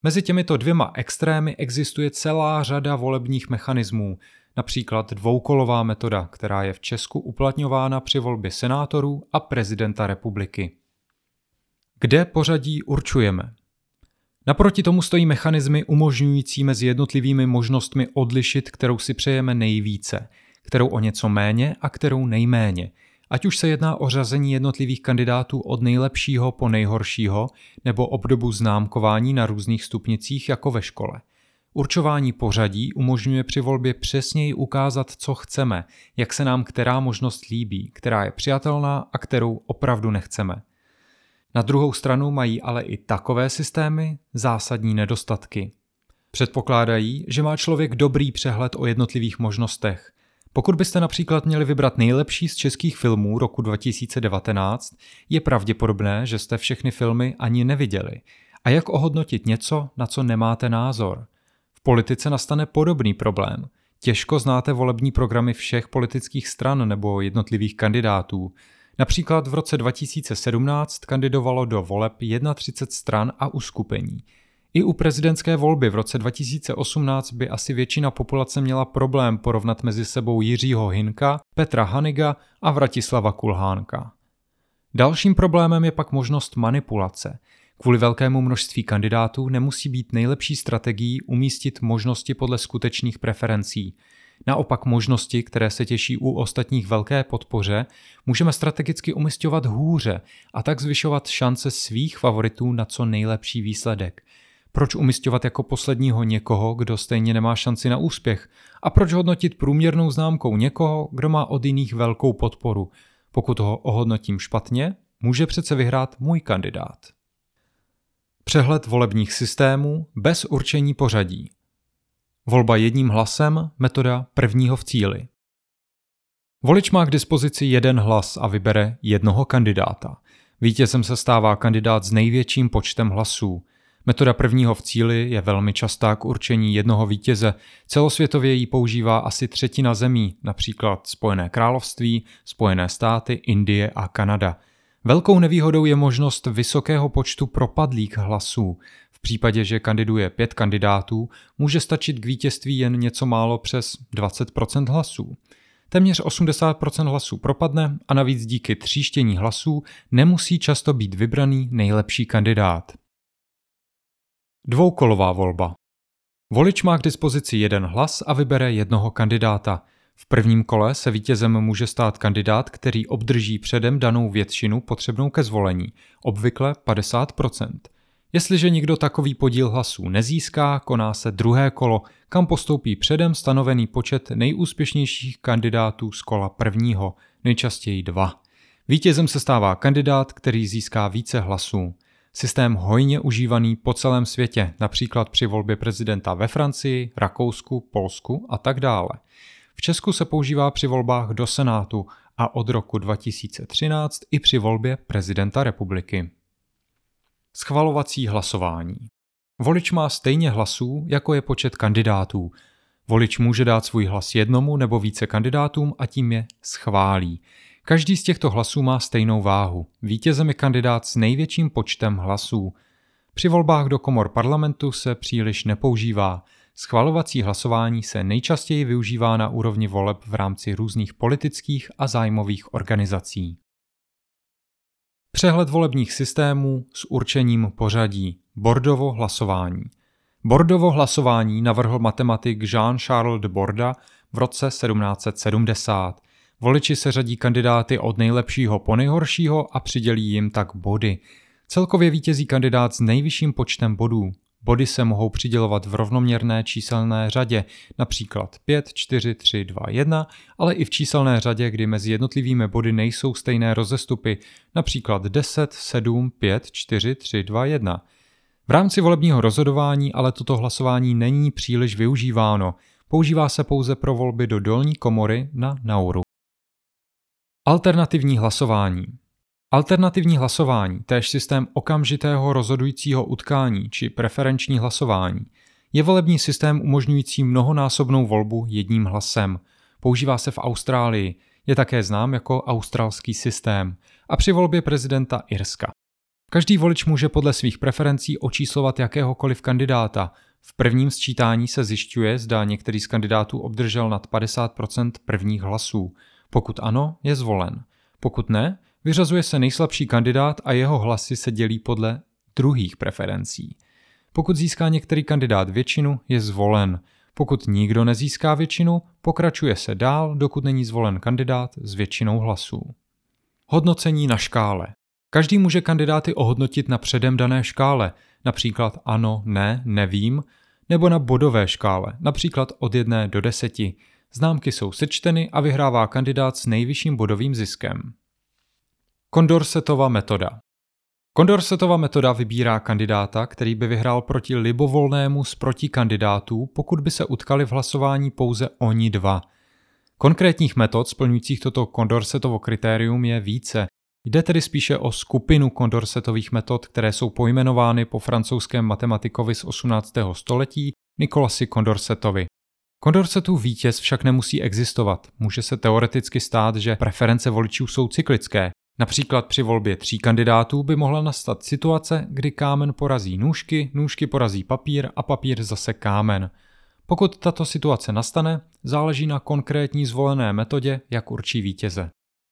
Mezi těmito dvěma extrémy existuje celá řada volebních mechanismů, například dvoukolová metoda, která je v Česku uplatňována při volbě senátorů a prezidenta republiky. Kde pořadí určujeme? Naproti tomu stojí mechanismy umožňující mezi jednotlivými možnostmi odlišit, kterou si přejeme nejvíce, kterou o něco méně a kterou nejméně, ať už se jedná o řazení jednotlivých kandidátů od nejlepšího po nejhoršího nebo obdobu známkování na různých stupnicích jako ve škole. Určování pořadí umožňuje při volbě přesněji ukázat, co chceme, jak se nám která možnost líbí, která je přijatelná a kterou opravdu nechceme. Na druhou stranu mají ale i takové systémy zásadní nedostatky. Předpokládají, že má člověk dobrý přehled o jednotlivých možnostech. Pokud byste například měli vybrat nejlepší z českých filmů roku dva tisíce devatenáct, je pravděpodobné, že jste všechny filmy ani neviděli. A jak ohodnotit něco, na co nemáte názor? V politice nastane podobný problém. Těžko znáte volební programy všech politických stran nebo jednotlivých kandidátů. Například v roce dva tisíce sedmnáct kandidovalo do voleb třicet jedna stran a uskupení. I u prezidentské volby v roce dva tisíce osmnáct by asi většina populace měla problém porovnat mezi sebou Jiřího Hinka, Petra Haniga a Vratislava Kulhánka. Dalším problémem je pak možnost manipulace. Kvůli velkému množství kandidátů nemusí být nejlepší strategií umístit možnosti podle skutečných preferencí. Naopak možnosti, které se těší u ostatních velké podpoře, můžeme strategicky umisťovat hůře a tak zvyšovat šance svých favoritů na co nejlepší výsledek. Proč umisťovat jako posledního někoho, kdo stejně nemá šanci na úspěch? A proč hodnotit průměrnou známkou někoho, kdo má od jiných velkou podporu? Pokud ho ohodnotím špatně, může přece vyhrát můj kandidát. Přehled volebních systémů bez určení pořadí. Volba jedním hlasem, metoda prvního v cíli. Volič má k dispozici jeden hlas a vybere jednoho kandidáta. Vítězem se stává kandidát s největším počtem hlasů. Metoda prvního v cíli je velmi častá k určení jednoho vítěze. Celosvětově ji používá asi třetina zemí, například Spojené království, Spojené státy, Indie a Kanada. Velkou nevýhodou je možnost vysokého počtu propadlých hlasů. V případě, že kandiduje pět kandidátů, může stačit k vítězství jen něco málo přes dvacet procent hlasů. Téměř osmdesát procent hlasů propadne a navíc díky tříštění hlasů nemusí často být vybraný nejlepší kandidát. Dvoukolová volba. Volič má k dispozici jeden hlas a vybere jednoho kandidáta. V prvním kole se vítězem může stát kandidát, který obdrží předem danou většinu potřebnou ke zvolení, obvykle padesát procent. Jestliže nikdo takový podíl hlasů nezíská, koná se druhé kolo, kam postoupí předem stanovený počet nejúspěšnějších kandidátů z kola prvního, nejčastěji dva. Vítězem se stává kandidát, který získá více hlasů. Systém hojně užívaný po celém světě, například při volbě prezidenta ve Francii, Rakousku, Polsku a tak dále. V Česku se používá při volbách do Senátu a od roku dva tisíce třináct i při volbě prezidenta republiky. Schvalovací hlasování. Volič má stejně hlasů, jako je počet kandidátů. Volič může dát svůj hlas jednomu nebo více kandidátům a tím je schválí. Každý z těchto hlasů má stejnou váhu. Vítězem je kandidát s největším počtem hlasů. Při volbách do komor parlamentu se příliš nepoužívá. Schvalovací hlasování se nejčastěji využívá na úrovni voleb v rámci různých politických a zájmových organizací. Přehled volebních systémů s určením pořadí. Bordovo hlasování. Bordovo hlasování navrhl matematik Jean-Charles de Borda v roce sedmnáct set sedmdesát. Voliči se řadí kandidáty od nejlepšího po nejhoršího a přidělí jim tak body. Celkově vítězí kandidát s nejvyšším počtem bodů. Body se mohou přidělovat v rovnoměrné číselné řadě, například pět, čtyři, tři, dva, jedna, ale i v číselné řadě, kdy mezi jednotlivými body nejsou stejné rozestupy, například deset, sedm, pět, čtyři, tři, dva, jedna. V rámci volebního rozhodování ale toto hlasování není příliš využíváno. Používá se pouze pro volby do dolní komory na Nauru. Alternativní hlasování. Alternativní hlasování, též systém okamžitého rozhodujícího utkání či preferenční hlasování, je volební systém umožňující mnohonásobnou volbu jedním hlasem. Používá se v Austrálii, je také znám jako australský systém a při volbě prezidenta Irska. Každý volič může podle svých preferencí očíslovat jakéhokoliv kandidáta. V prvním sčítání se zjišťuje, zda některý z kandidátů obdržel nad padesát procent prvních hlasů. Pokud ano, je zvolen. Pokud ne, vyřazuje se nejslabší kandidát a jeho hlasy se dělí podle druhých preferencí. Pokud získá některý kandidát většinu, je zvolen. Pokud nikdo nezíská většinu, pokračuje se dál, dokud není zvolen kandidát s většinou hlasů. Hodnocení na škále. Každý může kandidáty ohodnotit na předem dané škále, například ano, ne, nevím, nebo na bodové škále, například od jedné do deseti. Známky jsou sečteny a vyhrává kandidát s nejvyšším bodovým ziskem. Condorcetova metoda. Condorcetova metoda vybírá kandidáta, který by vyhrál proti libovolnému z protikandidátů, pokud by se utkali v hlasování pouze oni dva. Konkrétních metod splňujících toto Condorcetovo kritérium je více. Jde tedy spíše o skupinu Condorcetových metod, které jsou pojmenovány po francouzském matematikovi z osmnáctého století Nicolasi Condorcetovi. Condorcetův vítěz však nemusí existovat. Může se teoreticky stát, že preference voličů jsou cyklické. Například při volbě tří kandidátů by mohla nastat situace, kdy kámen porazí nůžky, nůžky porazí papír a papír zase kámen. Pokud tato situace nastane, záleží na konkrétní zvolené metodě, jak určí vítěze.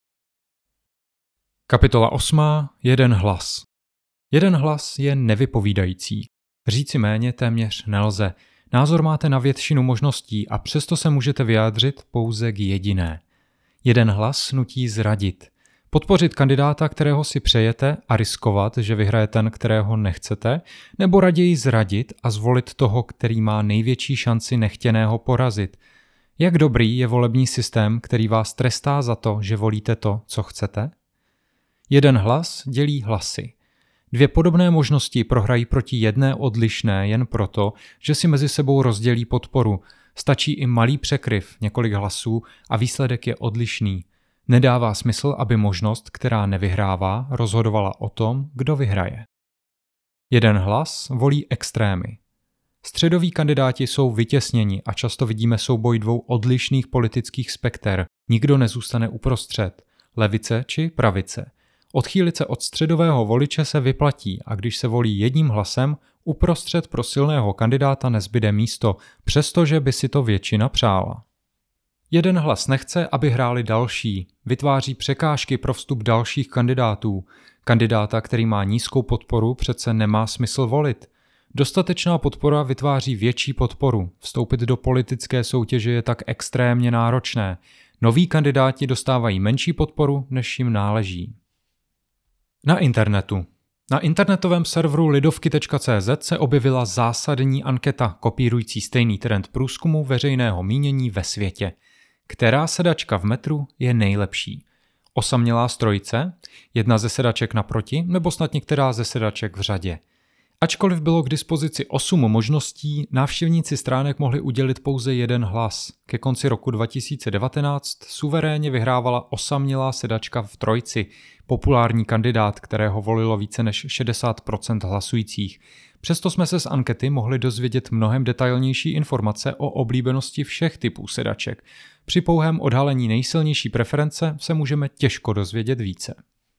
Kapitola osmá. Jeden hlas. Jeden hlas je nevypovídající. Říci méně téměř nelze. Názor máte na většinu možností a přesto se můžete vyjádřit pouze k jediné. Jeden hlas nutí zradit. Podpořit kandidáta, kterého si přejete a riskovat, že vyhraje ten, kterého nechcete, nebo raději zradit a zvolit toho, který má největší šanci nechtěného porazit. Jak dobrý je volební systém, který vás trestá za to, že volíte to, co chcete? Jeden hlas dělí hlasy. Dvě podobné možnosti prohrají proti jedné odlišné jen proto, že si mezi sebou rozdělí podporu. Stačí i malý překryv, několik hlasů a výsledek je odlišný. Nedává smysl, aby možnost, která nevyhrává, rozhodovala o tom, kdo vyhraje. Jeden hlas volí extrémy. Středoví kandidáti jsou vytěsněni a často vidíme souboj dvou odlišných politických spekter. Nikdo nezůstane uprostřed, levice či pravice. Odchýlit se od středového voliče se vyplatí a když se volí jedním hlasem, uprostřed pro silného kandidáta nezbyde místo, přestože by si to většina přála. Jeden hlas nechce, aby hráli další, vytváří překážky pro vstup dalších kandidátů. Kandidáta, který má nízkou podporu, přece nemá smysl volit. Dostatečná podpora vytváří větší podporu. Vstoupit do politické soutěže je tak extrémně náročné. Noví kandidáti dostávají menší podporu, než jim náleží. Na internetu. Na internetovém serveru lidovky tečka cé zet se objevila zásadní anketa kopírující stejný trend průzkumu veřejného mínění ve světě. Která sedačka v metru je nejlepší? Osamělá strojice, jedna ze sedaček naproti nebo snad některá ze sedaček v řadě? Ačkoliv bylo k dispozici osm možností, návštěvníci stránek mohli udělit pouze jeden hlas. Ke konci roku dva tisíce devatenáct suverénně vyhrávala osamělá sedačka v trojci, populární kandidát, kterého volilo více než šedesát procent hlasujících. Přesto jsme se z ankety mohli dozvědět mnohem detailnější informace o oblíbenosti všech typů sedaček. Při pouhém odhalení nejsilnější preference se můžeme těžko dozvědět více.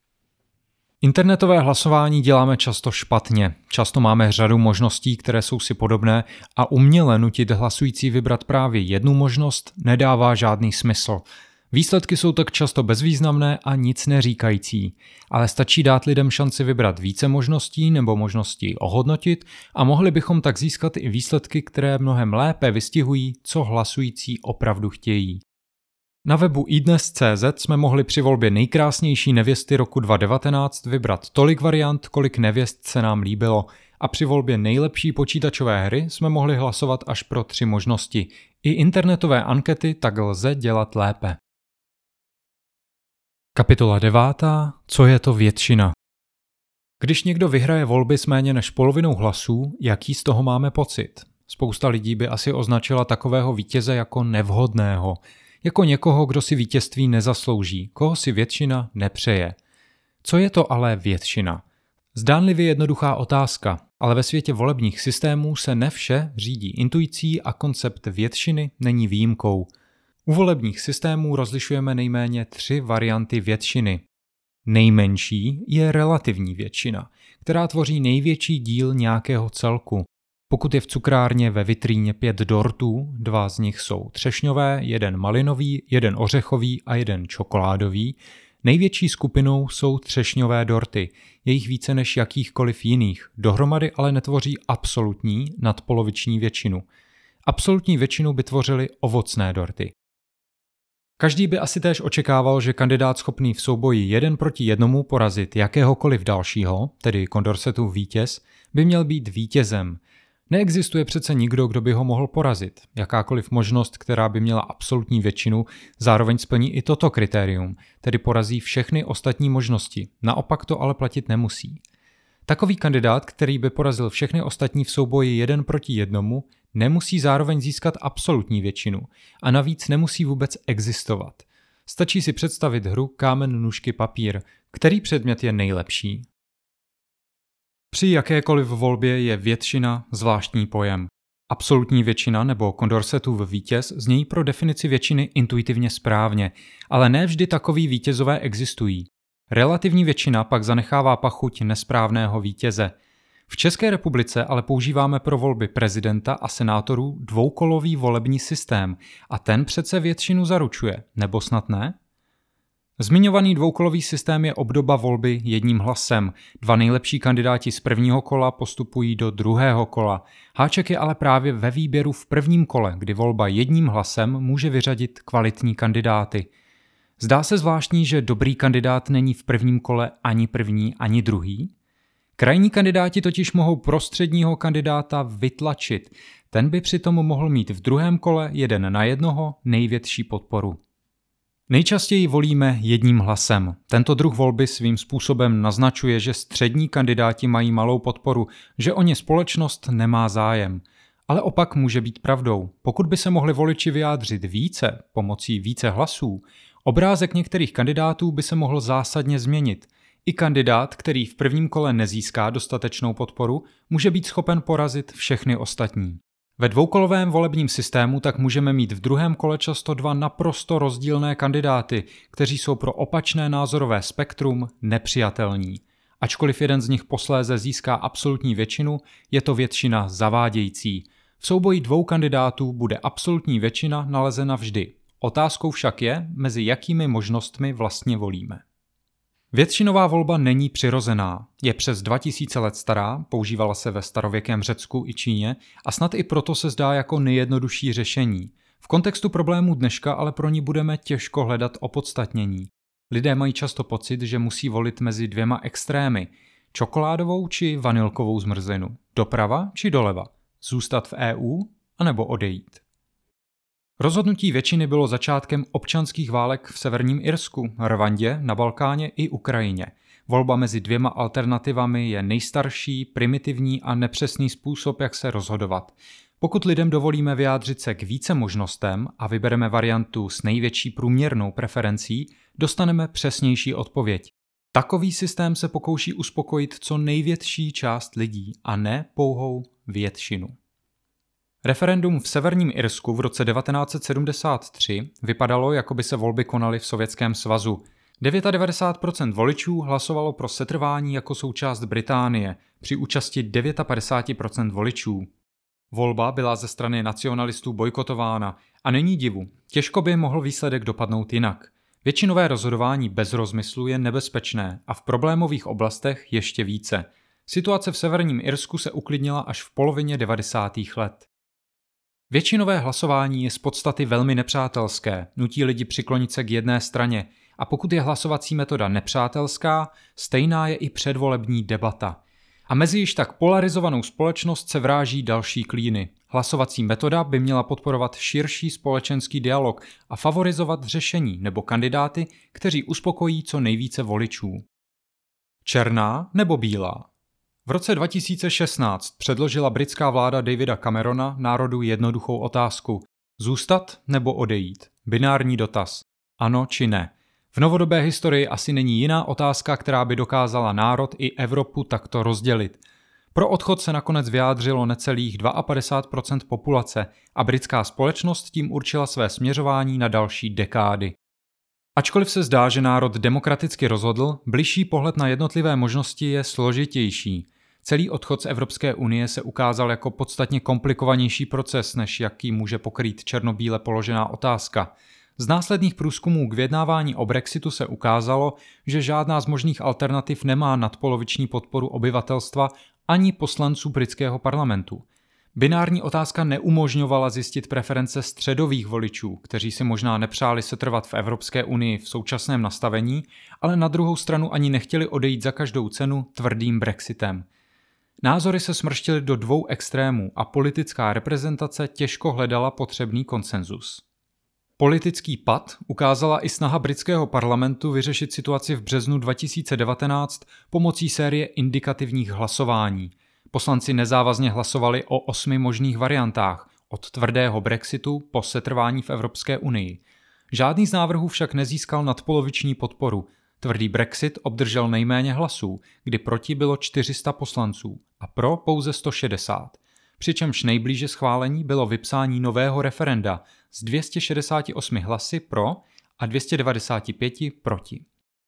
Internetové hlasování děláme často špatně. Často máme řadu možností, které jsou si podobné a uměle nutit hlasující vybrat právě jednu možnost nedává žádný smysl. Výsledky jsou tak často bezvýznamné a nic neříkající, ale stačí dát lidem šanci vybrat více možností nebo možnosti ohodnotit a mohli bychom tak získat i výsledky, které mnohem lépe vystihují, co hlasující opravdu chtějí. Na webu i dnes tečka cé zet jsme mohli při volbě nejkrásnější nevěsty roku dva tisíce devatenáct vybrat tolik variant, kolik nevěst se nám líbilo a při volbě nejlepší počítačové hry jsme mohli hlasovat až pro tři možnosti. I internetové ankety tak lze dělat lépe. Kapitola devátá. Co je to většina? Když někdo vyhraje volby s méně než polovinou hlasů, jaký z toho máme pocit? Spousta lidí by asi označila takového vítěze jako nevhodného, jako někoho, kdo si vítězství nezaslouží, koho si většina nepřeje. Co je to ale většina? Zdánlivě jednoduchá otázka, ale ve světě volebních systémů se ne vše řídí intuicí a koncept většiny není výjimkou. U volebních systémů rozlišujeme nejméně tři varianty většiny. Nejmenší je relativní většina, která tvoří největší díl nějakého celku. Pokud je v cukrárně ve vitríně pět dortů, dva z nich jsou třešňové, jeden malinový, jeden ořechový a jeden čokoládový, největší skupinou jsou třešňové dorty, je jich více než jakýchkoliv jiných, dohromady ale netvoří absolutní nadpoloviční většinu. Absolutní většinu by tvořily ovocné dorty. Každý by asi též očekával, že kandidát schopný v souboji jeden proti jednomu porazit jakéhokoliv dalšího, tedy Condorcetův vítěz, by měl být vítězem. Neexistuje přece nikdo, kdo by ho mohl porazit. Jakákoliv možnost, která by měla absolutní většinu, zároveň splní i toto kritérium, tedy porazí všechny ostatní možnosti. Naopak to ale platit nemusí. Takový kandidát, který by porazil všechny ostatní v souboji jeden proti jednomu, nemusí zároveň získat absolutní většinu a navíc nemusí vůbec existovat. Stačí si představit hru kámen, nůžky, papír, který předmět je nejlepší. Při jakékoliv volbě je většina zvláštní pojem. Absolutní většina nebo Condorcetův vítěz znějí pro definici většiny intuitivně správně, ale ne vždy takoví vítězové existují. Relativní většina pak zanechává pachuť nesprávného vítěze. V České republice ale používáme pro volby prezidenta a senátorů dvoukolový volební systém a ten přece většinu zaručuje, nebo snad ne? Zmiňovaný dvoukolový systém je obdoba volby jedním hlasem. Dva nejlepší kandidáti z prvního kola postupují do druhého kola. Háček je ale právě ve výběru v prvním kole, kdy volba jedním hlasem může vyřadit kvalitní kandidáty. Zdá se zvláštní, že dobrý kandidát není v prvním kole ani první, ani druhý? Krajní kandidáti totiž mohou prostředního kandidáta vytlačit. Ten by přitom mohl mít v druhém kole jeden na jednoho největší podporu. Nejčastěji volíme jedním hlasem. Tento druh volby svým způsobem naznačuje, že střední kandidáti mají malou podporu, že o ně společnost nemá zájem. Ale opak může být pravdou. Pokud by se mohli voliči vyjádřit více pomocí více hlasů, obrázek některých kandidátů by se mohl zásadně změnit. I kandidát, který v prvním kole nezíská dostatečnou podporu, může být schopen porazit všechny ostatní. Ve dvoukolovém volebním systému tak můžeme mít v druhém kole často dva naprosto rozdílné kandidáty, kteří jsou pro opačné názorové spektrum nepřijatelní. Ačkoliv jeden z nich posléze získá absolutní většinu, je to většina zavádějící. V souboji dvou kandidátů bude absolutní většina nalezena vždy. Otázkou však je, mezi jakými možnostmi vlastně volíme. Většinová volba není přirozená, je přes dva tisíce let stará, používala se ve starověkém Řecku i Číně a snad i proto se zdá jako nejjednodušší řešení. V kontextu problémů dneška ale pro ní budeme těžko hledat opodstatnění. Lidé mají často pocit, že musí volit mezi dvěma extrémy, čokoládovou či vanilkovou zmrzlinu, doprava či doleva, zůstat v E U anebo odejít. Rozhodnutí většiny bylo začátkem občanských válek v severním Irsku, Rwandě, na Balkáně i Ukrajině. Volba mezi dvěma alternativami je nejstarší, primitivní a nepřesný způsob, jak se rozhodovat. Pokud lidem dovolíme vyjádřit se k více možnostem a vybereme variantu s největší průměrnou preferencí, dostaneme přesnější odpověď. Takový systém se pokouší uspokojit co největší část lidí a ne pouhou většinu. Referendum v severním Irsku v roce devatenáct set sedmdesát tři vypadalo, jako by se volby konaly v Sovětském svazu. devadesát devět procent voličů hlasovalo pro setrvání jako součást Británie, při účasti padesát devět procent voličů. Volba byla ze strany nacionalistů bojkotována a není divu, těžko by mohl výsledek dopadnout jinak. Většinové rozhodování bez rozmyslu je nebezpečné a v problémových oblastech ještě více. Situace v severním Irsku se uklidnila až v polovině devadesátých let. Většinové hlasování je z podstaty velmi nepřátelské, nutí lidi přiklonit se k jedné straně a pokud je hlasovací metoda nepřátelská, stejná je i předvolební debata. A mezi již tak polarizovanou společnost se vráží další klíny. Hlasovací metoda by měla podporovat širší společenský dialog a favorizovat řešení nebo kandidáty, kteří uspokojí co nejvíce voličů. Černá nebo bílá? V roce dva tisíce šestnáct předložila britská vláda Davida Camerona národu jednoduchou otázku. Zůstat nebo odejít? Binární dotaz. Ano či ne? V novodobé historii asi není jiná otázka, která by dokázala národ i Evropu takto rozdělit. Pro odchod se nakonec vyjádřilo necelých padesát dva procent populace a britská společnost tím určila své směřování na další dekády. Ačkoliv se zdá, že národ demokraticky rozhodl, bližší pohled na jednotlivé možnosti je složitější. Celý odchod z Evropské unie se ukázal jako podstatně komplikovanější proces, než jaký může pokrýt černobíle položená otázka. Z následných průzkumů k vyjednávání o Brexitu se ukázalo, že žádná z možných alternativ nemá nadpoloviční podporu obyvatelstva ani poslanců britského parlamentu. Binární otázka neumožňovala zjistit preference středových voličů, kteří si možná nepřáli setrvat v Evropské unii v současném nastavení, ale na druhou stranu ani nechtěli odejít za každou cenu tvrdým Brexitem. Názory se smrštily do dvou extrémů a politická reprezentace těžko hledala potřebný konsenzus. Politický pad ukázala i snaha britského parlamentu vyřešit situaci v březnu dva tisíce devatenáct pomocí série indikativních hlasování. Poslanci nezávazně hlasovali o osmi možných variantách, od tvrdého Brexitu po setrvání v Evropské unii. Žádný z návrhů však nezískal nadpoloviční podporu. Tvrdý Brexit obdržel nejméně hlasů, kdy proti bylo čtyři sta poslanců a pro pouze sto šedesát. Přičemž nejblíže schválení bylo vypsání nového referenda s dvěma sty šedesáti osmi hlasy pro a dvěma sty devadesáti pěti proti.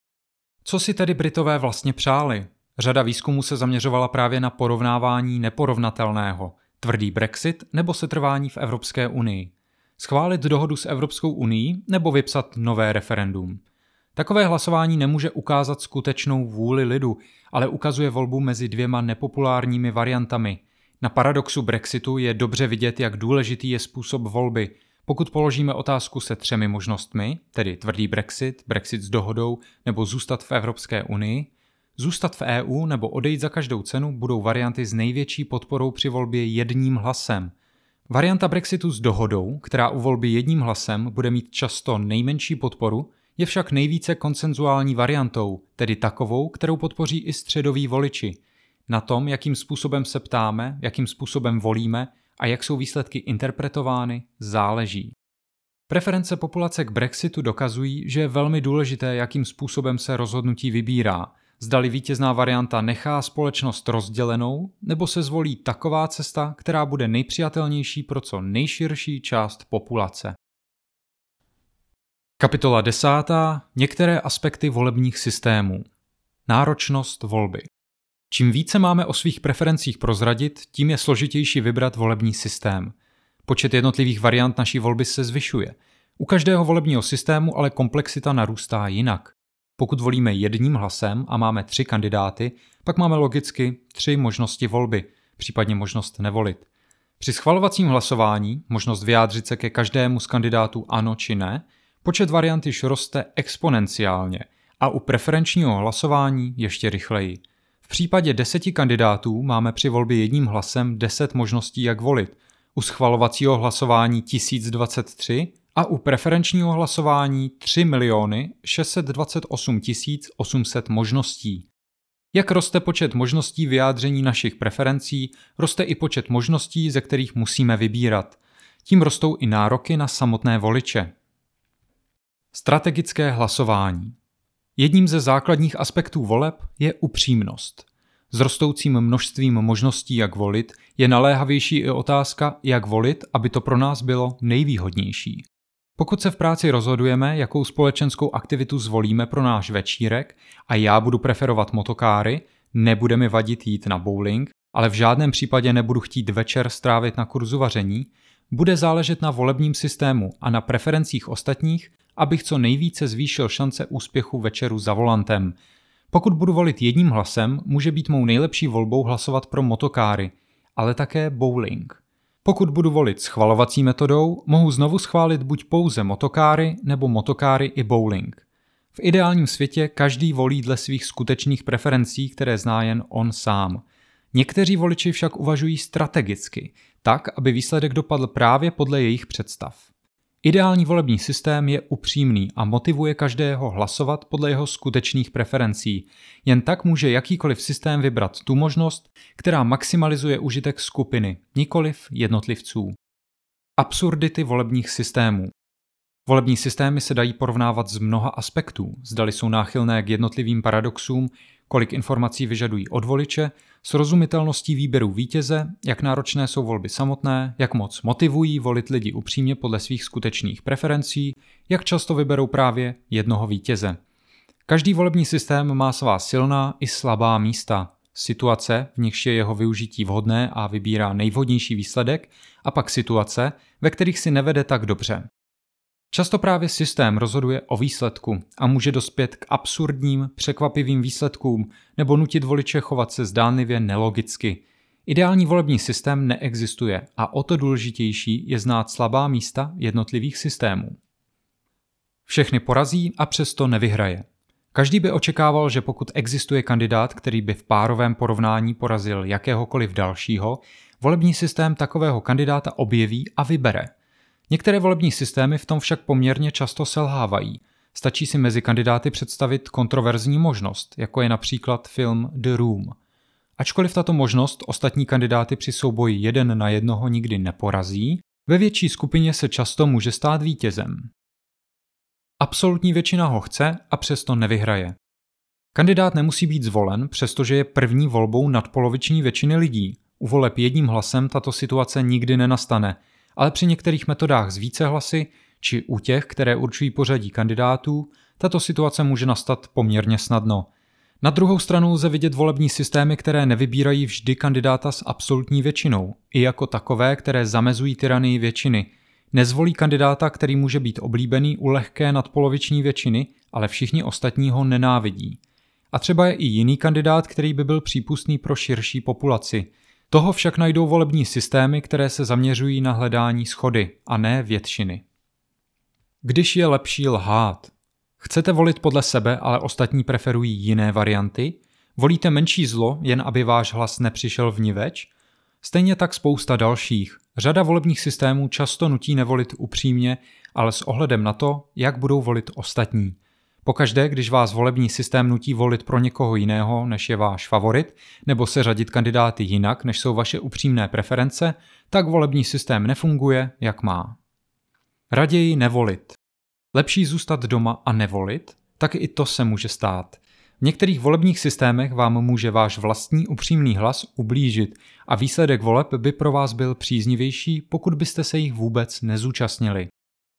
Co si tedy Britové vlastně přáli? Řada výzkumů se zaměřovala právě na porovnávání neporovnatelného, tvrdý Brexit nebo setrvání v Evropské unii. Schválit dohodu s Evropskou unií nebo vypsat nové referendum. Takové hlasování nemůže ukázat skutečnou vůli lidu, ale ukazuje volbu mezi dvěma nepopulárními variantami. Na paradoxu Brexitu je dobře vidět, jak důležitý je způsob volby. Pokud položíme otázku se třemi možnostmi, tedy tvrdý Brexit, Brexit s dohodou nebo zůstat v Evropské unii, zůstat v E U nebo odejít za každou cenu budou varianty s největší podporou při volbě jedním hlasem. Varianta Brexitu s dohodou, která u volby jedním hlasem bude mít často nejmenší podporu, je však nejvíce konsenzuální variantou, tedy takovou, kterou podpoří i středoví voliči. Na tom, jakým způsobem se ptáme, jakým způsobem volíme a jak jsou výsledky interpretovány, záleží. Preference populace k Brexitu dokazují, že je velmi důležité, jakým způsobem se rozhodnutí vybírá. Zdali vítězná varianta nechá společnost rozdělenou, nebo se zvolí taková cesta, která bude nejpřijatelnější pro co nejširší část populace. Kapitola desátá. Některé aspekty volebních systémů. Náročnost volby. Čím více máme o svých preferencích prozradit, tím je složitější vybrat volební systém. Počet jednotlivých variant naší volby se zvyšuje. U každého volebního systému ale komplexita narůstá jinak. Pokud volíme jedním hlasem a máme tři kandidáty, pak máme logicky tři možnosti volby, případně možnost nevolit. Při schvalovacím hlasování, možnost vyjádřit se ke každému z kandidátů ano či ne, počet variant již roste exponenciálně a u preferenčního hlasování ještě rychleji. V případě deseti kandidátů máme při volbě jedním hlasem deset možností, jak volit, u schvalovacího hlasování tisíc dvacet tři a u preferenčního hlasování tři miliony šest set dvacet osm tisíc osm set možností. Jak roste počet možností vyjádření našich preferencí, roste i počet možností, ze kterých musíme vybírat. Tím rostou i nároky na samotné voliče. Strategické hlasování. Jedním ze základních aspektů voleb je upřímnost. S rostoucím množstvím možností, jak volit, je naléhavější i otázka, jak volit, aby to pro nás bylo nejvýhodnější. Pokud se v práci rozhodujeme, jakou společenskou aktivitu zvolíme pro náš večírek a já budu preferovat motokáry, nebude mi vadit jít na bowling, ale v žádném případě nebudu chtít večer strávit na kurzu vaření, bude záležet na volebním systému a na preferencích ostatních, abych co nejvíce zvýšil šance úspěchu večeru za volantem. Pokud budu volit jedním hlasem, může být mou nejlepší volbou hlasovat pro motokáry, ale také bowling. Pokud budu volit schvalovací metodou, mohu znovu schválit buď pouze motokáry nebo motokáry i bowling. V ideálním světě každý volí dle svých skutečných preferencí, které zná jen on sám. Někteří voliči však uvažují strategicky, tak, aby výsledek dopadl právě podle jejich představ. Ideální volební systém je upřímný a motivuje každého hlasovat podle jeho skutečných preferencí. Jen tak může jakýkoliv systém vybrat tu možnost, která maximalizuje užitek skupiny, nikoliv jednotlivců. Absurdity volebních systémů. Volební systémy se dají porovnávat z mnoha aspektů, zdali jsou náchylné k jednotlivým paradoxům, kolik informací vyžadují od voliče, srozumitelností výběru vítěze, jak náročné jsou volby samotné, jak moc motivují volit lidi upřímně podle svých skutečných preferencí, jak často vyberou právě jednoho vítěze. Každý volební systém má svá silná i slabá místa, situace, v nichž je jeho využití vhodné a vybírá nejvhodnější výsledek, a pak situace, ve kterých si nevede tak dobře. Často právě systém rozhoduje o výsledku a může dospět k absurdním, překvapivým výsledkům nebo nutit voliče chovat se zdánlivě nelogicky. Ideální volební systém neexistuje a o to důležitější je znát slabá místa jednotlivých systémů. Všechny porazí a přesto nevyhraje. Každý by očekával, že pokud existuje kandidát, který by v párovém porovnání porazil jakéhokoliv dalšího, volební systém takového kandidáta objeví a vybere. Některé volební systémy v tom však poměrně často selhávají. Stačí si mezi kandidáty představit kontroverzní možnost, jako je například film The Room. Ačkoliv tato možnost ostatní kandidáty při souboji jeden na jednoho nikdy neporazí, ve větší skupině se často může stát vítězem. Absolutní většina ho chce a přesto nevyhraje. Kandidát nemusí být zvolen, přestože je první volbou nadpoloviční většiny lidí. U voleb jedním hlasem tato situace nikdy nenastane, ale při některých metodách s více hlasy, či u těch, které určují pořadí kandidátů, tato situace může nastat poměrně snadno. Na druhou stranu lze vidět volební systémy, které nevybírají vždy kandidáta s absolutní většinou, i jako takové, které zamezují tyranii většiny. Nezvolí kandidáta, který může být oblíbený u lehké nadpoloviční většiny, ale všichni ostatní ho nenávidí. A třeba je i jiný kandidát, který by byl přípustný pro širší populaci. Toho však najdou volební systémy, které se zaměřují na hledání shody a ne většiny. Když je lepší lhát? Chcete volit podle sebe, ale ostatní preferují jiné varianty? Volíte menší zlo, jen aby váš hlas nepřišel vniveč? Stejně tak spousta dalších. Řada volebních systémů často nutí nevolit upřímně, ale s ohledem na to, jak budou volit ostatní. Pokaždé, když vás volební systém nutí volit pro někoho jiného, než je váš favorit, nebo seřadit kandidáty jinak, než jsou vaše upřímné preference, tak volební systém nefunguje, jak má. Raději nevolit. Lepší zůstat doma a nevolit? Tak i to se může stát. V některých volebních systémech vám může váš vlastní upřímný hlas ublížit a výsledek voleb by pro vás byl příznivější, pokud byste se jich vůbec nezúčastnili.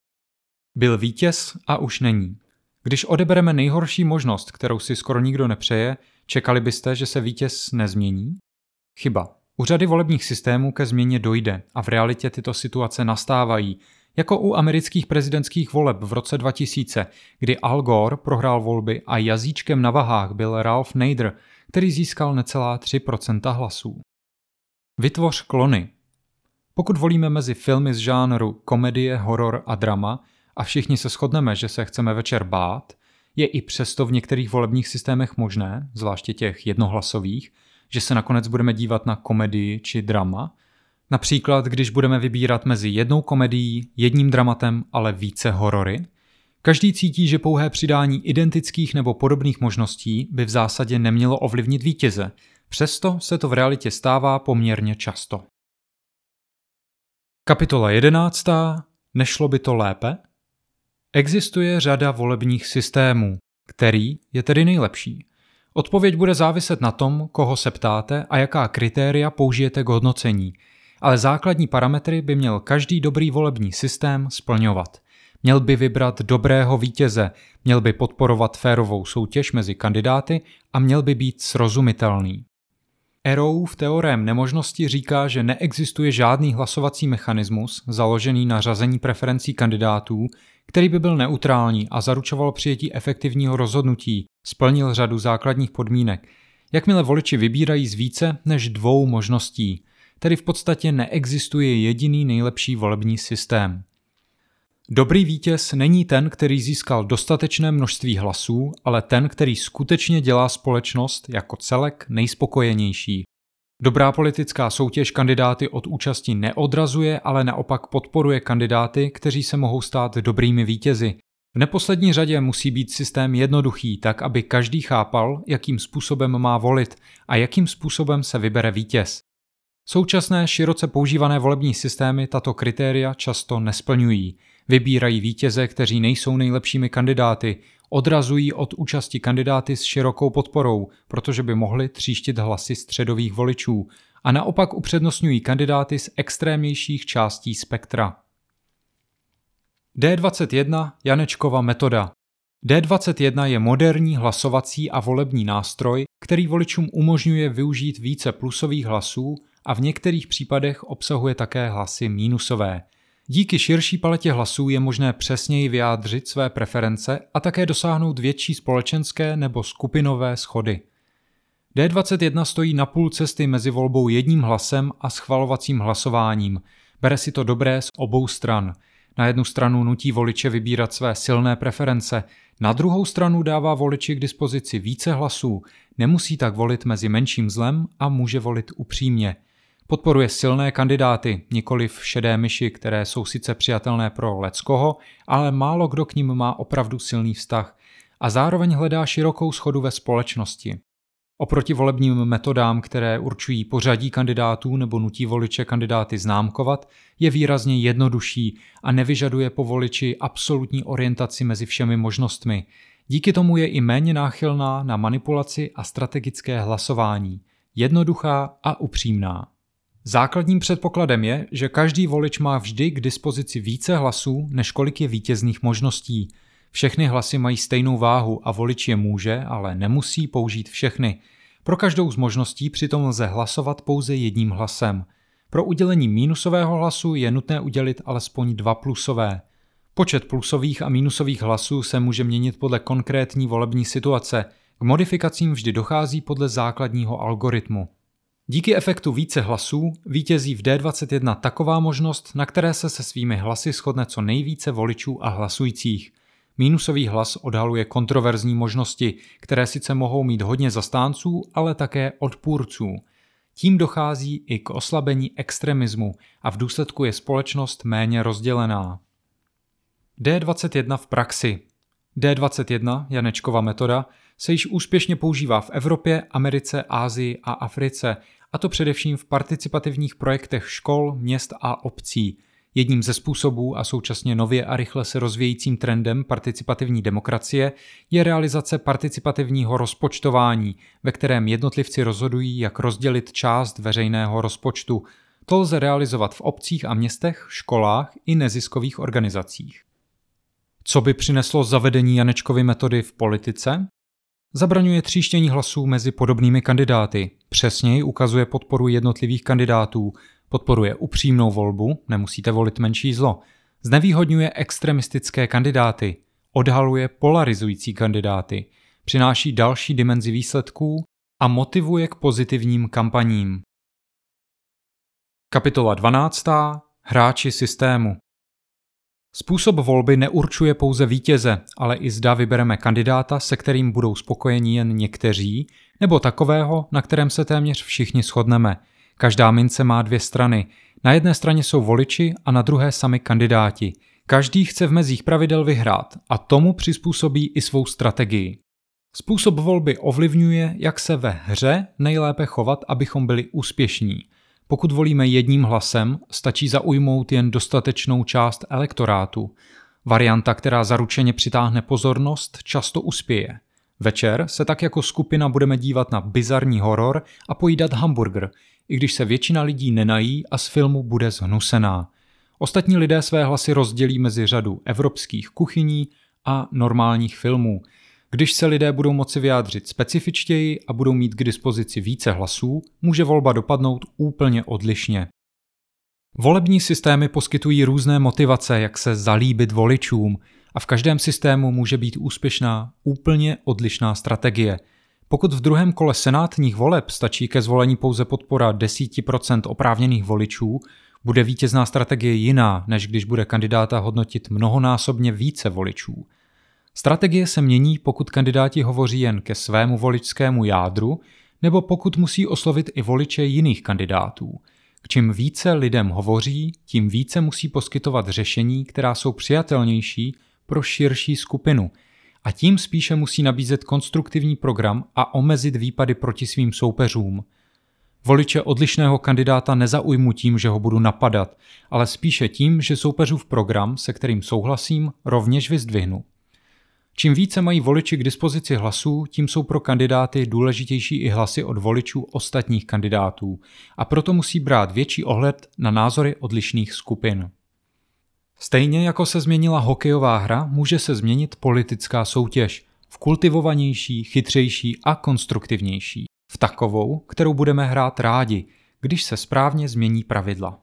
Byl vítěz a už není. Když odebereme nejhorší možnost, kterou si skoro nikdo nepřeje, čekali byste, že se vítěz nezmění? Chyba. U řady volebních systémů ke změně dojde a v realitě tyto situace nastávají, jako u amerických prezidentských voleb v roce dva tisíce, kdy Al Gore prohrál volby a jazyčkem na vahách byl Ralph Nader, který získal necelá tři procenta hlasů. Vytvoř klony. Pokud volíme mezi filmy z žánru komedie, horor a drama a všichni se shodneme, že se chceme večer bát, je i přesto v některých volebních systémech možné, zvláště těch jednohlasových, že se nakonec budeme dívat na komedii či drama. Například, když budeme vybírat mezi jednou komedií, jedním dramatem, ale více horory. Každý cítí, že pouhé přidání identických nebo podobných možností by v zásadě nemělo ovlivnit vítěze. Přesto se to v realitě stává poměrně často. Kapitola jedenáctá. Nešlo by to lépe? Existuje řada volebních systémů. Který je tedy nejlepší? Odpověď bude záviset na tom, koho se ptáte a jaká kritéria použijete k hodnocení. Ale základní parametry by měl každý dobrý volební systém splňovat. Měl by vybrat dobrého vítěze, měl by podporovat férovou soutěž mezi kandidáty a měl by být srozumitelný. Arrowův teorém nemožnosti říká, že neexistuje žádný hlasovací mechanismus založený na řazení preferencí kandidátů, který by byl neutrální a zaručoval přijetí efektivního rozhodnutí, splnil řadu základních podmínek. Jakmile voliči vybírají z více než dvou možností, tedy v podstatě neexistuje jediný nejlepší volební systém. Dobrý vítěz není ten, který získal dostatečné množství hlasů, ale ten, který skutečně dělá společnost jako celek nejspokojenější. Dobrá politická soutěž kandidáty od účasti neodrazuje, ale naopak podporuje kandidáty, kteří se mohou stát dobrými vítězi. V neposlední řadě musí být systém jednoduchý, tak aby každý chápal, jakým způsobem má volit a jakým způsobem se vybere vítěz. Současné široce používané volební systémy tato kritéria často nesplňují. Vybírají vítěze, kteří nejsou nejlepšími kandidáty, odrazují od účasti kandidáty s širokou podporou, protože by mohli tříštit hlasy středových voličů, a naopak upřednostňují kandidáty z extrémnějších částí spektra. D dvacet jedna Janečkova metoda. D dvacet jedna je moderní hlasovací a volební nástroj, který voličům umožňuje využít více plusových hlasů a v některých případech obsahuje také hlasy mínusové. Díky širší paletě hlasů je možné přesněji vyjádřit své preference a také dosáhnout větší společenské nebo skupinové shody. D dvacet jedna stojí na půl cesty mezi volbou jedním hlasem a schvalovacím hlasováním. Bere si to dobré z obou stran. Na jednu stranu nutí voliče vybírat své silné preference, na druhou stranu dává voliči k dispozici více hlasů, nemusí tak volit mezi menším zlem a může volit upřímně. Podporuje silné kandidáty, nikoliv šedé myši, které jsou sice přijatelné pro leckoho, ale málo kdo k nim má opravdu silný vztah a zároveň hledá širokou shodu ve společnosti. Oproti volebním metodám, které určují pořadí kandidátů nebo nutí voliče kandidáty známkovat, je výrazně jednodušší a nevyžaduje po voliči absolutní orientaci mezi všemi možnostmi. Díky tomu je i méně náchylná na manipulaci a strategické hlasování. Jednoduchá a upřímná. Základním předpokladem je, že každý volič má vždy k dispozici více hlasů, než kolik je vítězných možností. Všechny hlasy mají stejnou váhu a volič je může, ale nemusí použít všechny. Pro každou z možností přitom lze hlasovat pouze jedním hlasem. Pro udělení mínusového hlasu je nutné udělit alespoň dva plusové. Počet plusových a mínusových hlasů se může měnit podle konkrétní volební situace. K modifikacím vždy dochází podle základního algoritmu. Díky efektu více hlasů vítězí v D dvacet jedna taková možnost, na které se se svými hlasy shodne co nejvíce voličů a hlasujících. Mínusový hlas odhaluje kontroverzní možnosti, které sice mohou mít hodně zastánců, ale také odpůrců. Tím dochází i k oslabení extremismu a v důsledku je společnost méně rozdělená. D dvacet jedna v praxi. D dvacet jedna, Janečkova metoda, se již úspěšně používá v Evropě, Americe, Asii a Africe, a to především v participativních projektech škol, měst a obcí. Jedním ze způsobů a současně nově a rychle se rozvíjejícím trendem participativní demokracie je realizace participativního rozpočtování, ve kterém jednotlivci rozhodují, jak rozdělit část veřejného rozpočtu. To lze realizovat v obcích a městech, školách i neziskových organizacích. Co by přineslo zavedení Janečkovy metody v politice? Zabraňuje tříštění hlasů mezi podobnými kandidáty, přesněji ukazuje podporu jednotlivých kandidátů, podporuje upřímnou volbu, nemusíte volit menší zlo, znevýhodňuje extremistické kandidáty, odhaluje polarizující kandidáty, přináší další dimenzi výsledků a motivuje k pozitivním kampaním. Kapitola dvanáctá. Hráči systému. Způsob volby neurčuje pouze vítěze, ale i zda vybereme kandidáta, se kterým budou spokojeni jen někteří, nebo takového, na kterém se téměř všichni shodneme. Každá mince má dvě strany. Na jedné straně jsou voliči a na druhé sami kandidáti. Každý chce v mezích pravidel vyhrát a tomu přizpůsobí i svou strategii. Způsob volby ovlivňuje, jak se ve hře nejlépe chovat, abychom byli úspěšní. Pokud volíme jedním hlasem, stačí zaujmout jen dostatečnou část elektorátu. Varianta, která zaručeně přitáhne pozornost, často uspěje. Večer se tak jako skupina budeme dívat na bizarní horor a pojídat hamburger, i když se většina lidí nenají a z filmu bude zhnusená. Ostatní lidé své hlasy rozdělí mezi řadu evropských kuchyní a normálních filmů. Když se lidé budou moci vyjádřit specifičtěji a budou mít k dispozici více hlasů, může volba dopadnout úplně odlišně. Volební systémy poskytují různé motivace, jak se zalíbit voličům, a v každém systému může být úspěšná úplně odlišná strategie. Pokud v druhém kole senátních voleb stačí ke zvolení pouze podpora deset procent oprávněných voličů, bude vítězná strategie jiná, než když bude kandidáta hodnotit mnohonásobně více voličů. Strategie se mění, pokud kandidáti hovoří jen ke svému voličskému jádru, nebo pokud musí oslovit i voliče jiných kandidátů. K čím více lidem hovoří, tím více musí poskytovat řešení, která jsou přijatelnější pro širší skupinu, a tím spíše musí nabízet konstruktivní program a omezit výpady proti svým soupeřům. Voliče odlišného kandidáta nezaujmu tím, že ho budu napadat, ale spíše tím, že soupeřův program, se kterým souhlasím, rovněž vyzdvihnu. Čím více mají voliči k dispozici hlasů, tím jsou pro kandidáty důležitější i hlasy od voličů ostatních kandidátů a proto musí brát větší ohled na názory odlišných skupin. Stejně jako se změnila hokejová hra, může se změnit politická soutěž v kultivovanější, chytřejší a konstruktivnější. V takovou, kterou budeme hrát rádi, když se správně změní pravidla.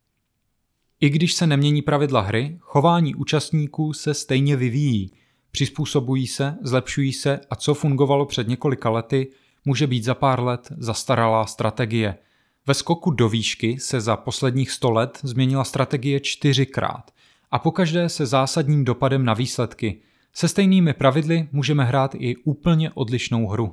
I když se nemění pravidla hry, chování účastníků se stejně vyvíjí, přizpůsobují se, zlepšují se a co fungovalo před několika lety, může být za pár let zastaralá strategie. Ve skoku do výšky se za posledních sto let změnila strategie čtyřikrát a pokaždé se zásadním dopadem na výsledky. Se stejnými pravidly můžeme hrát i úplně odlišnou hru.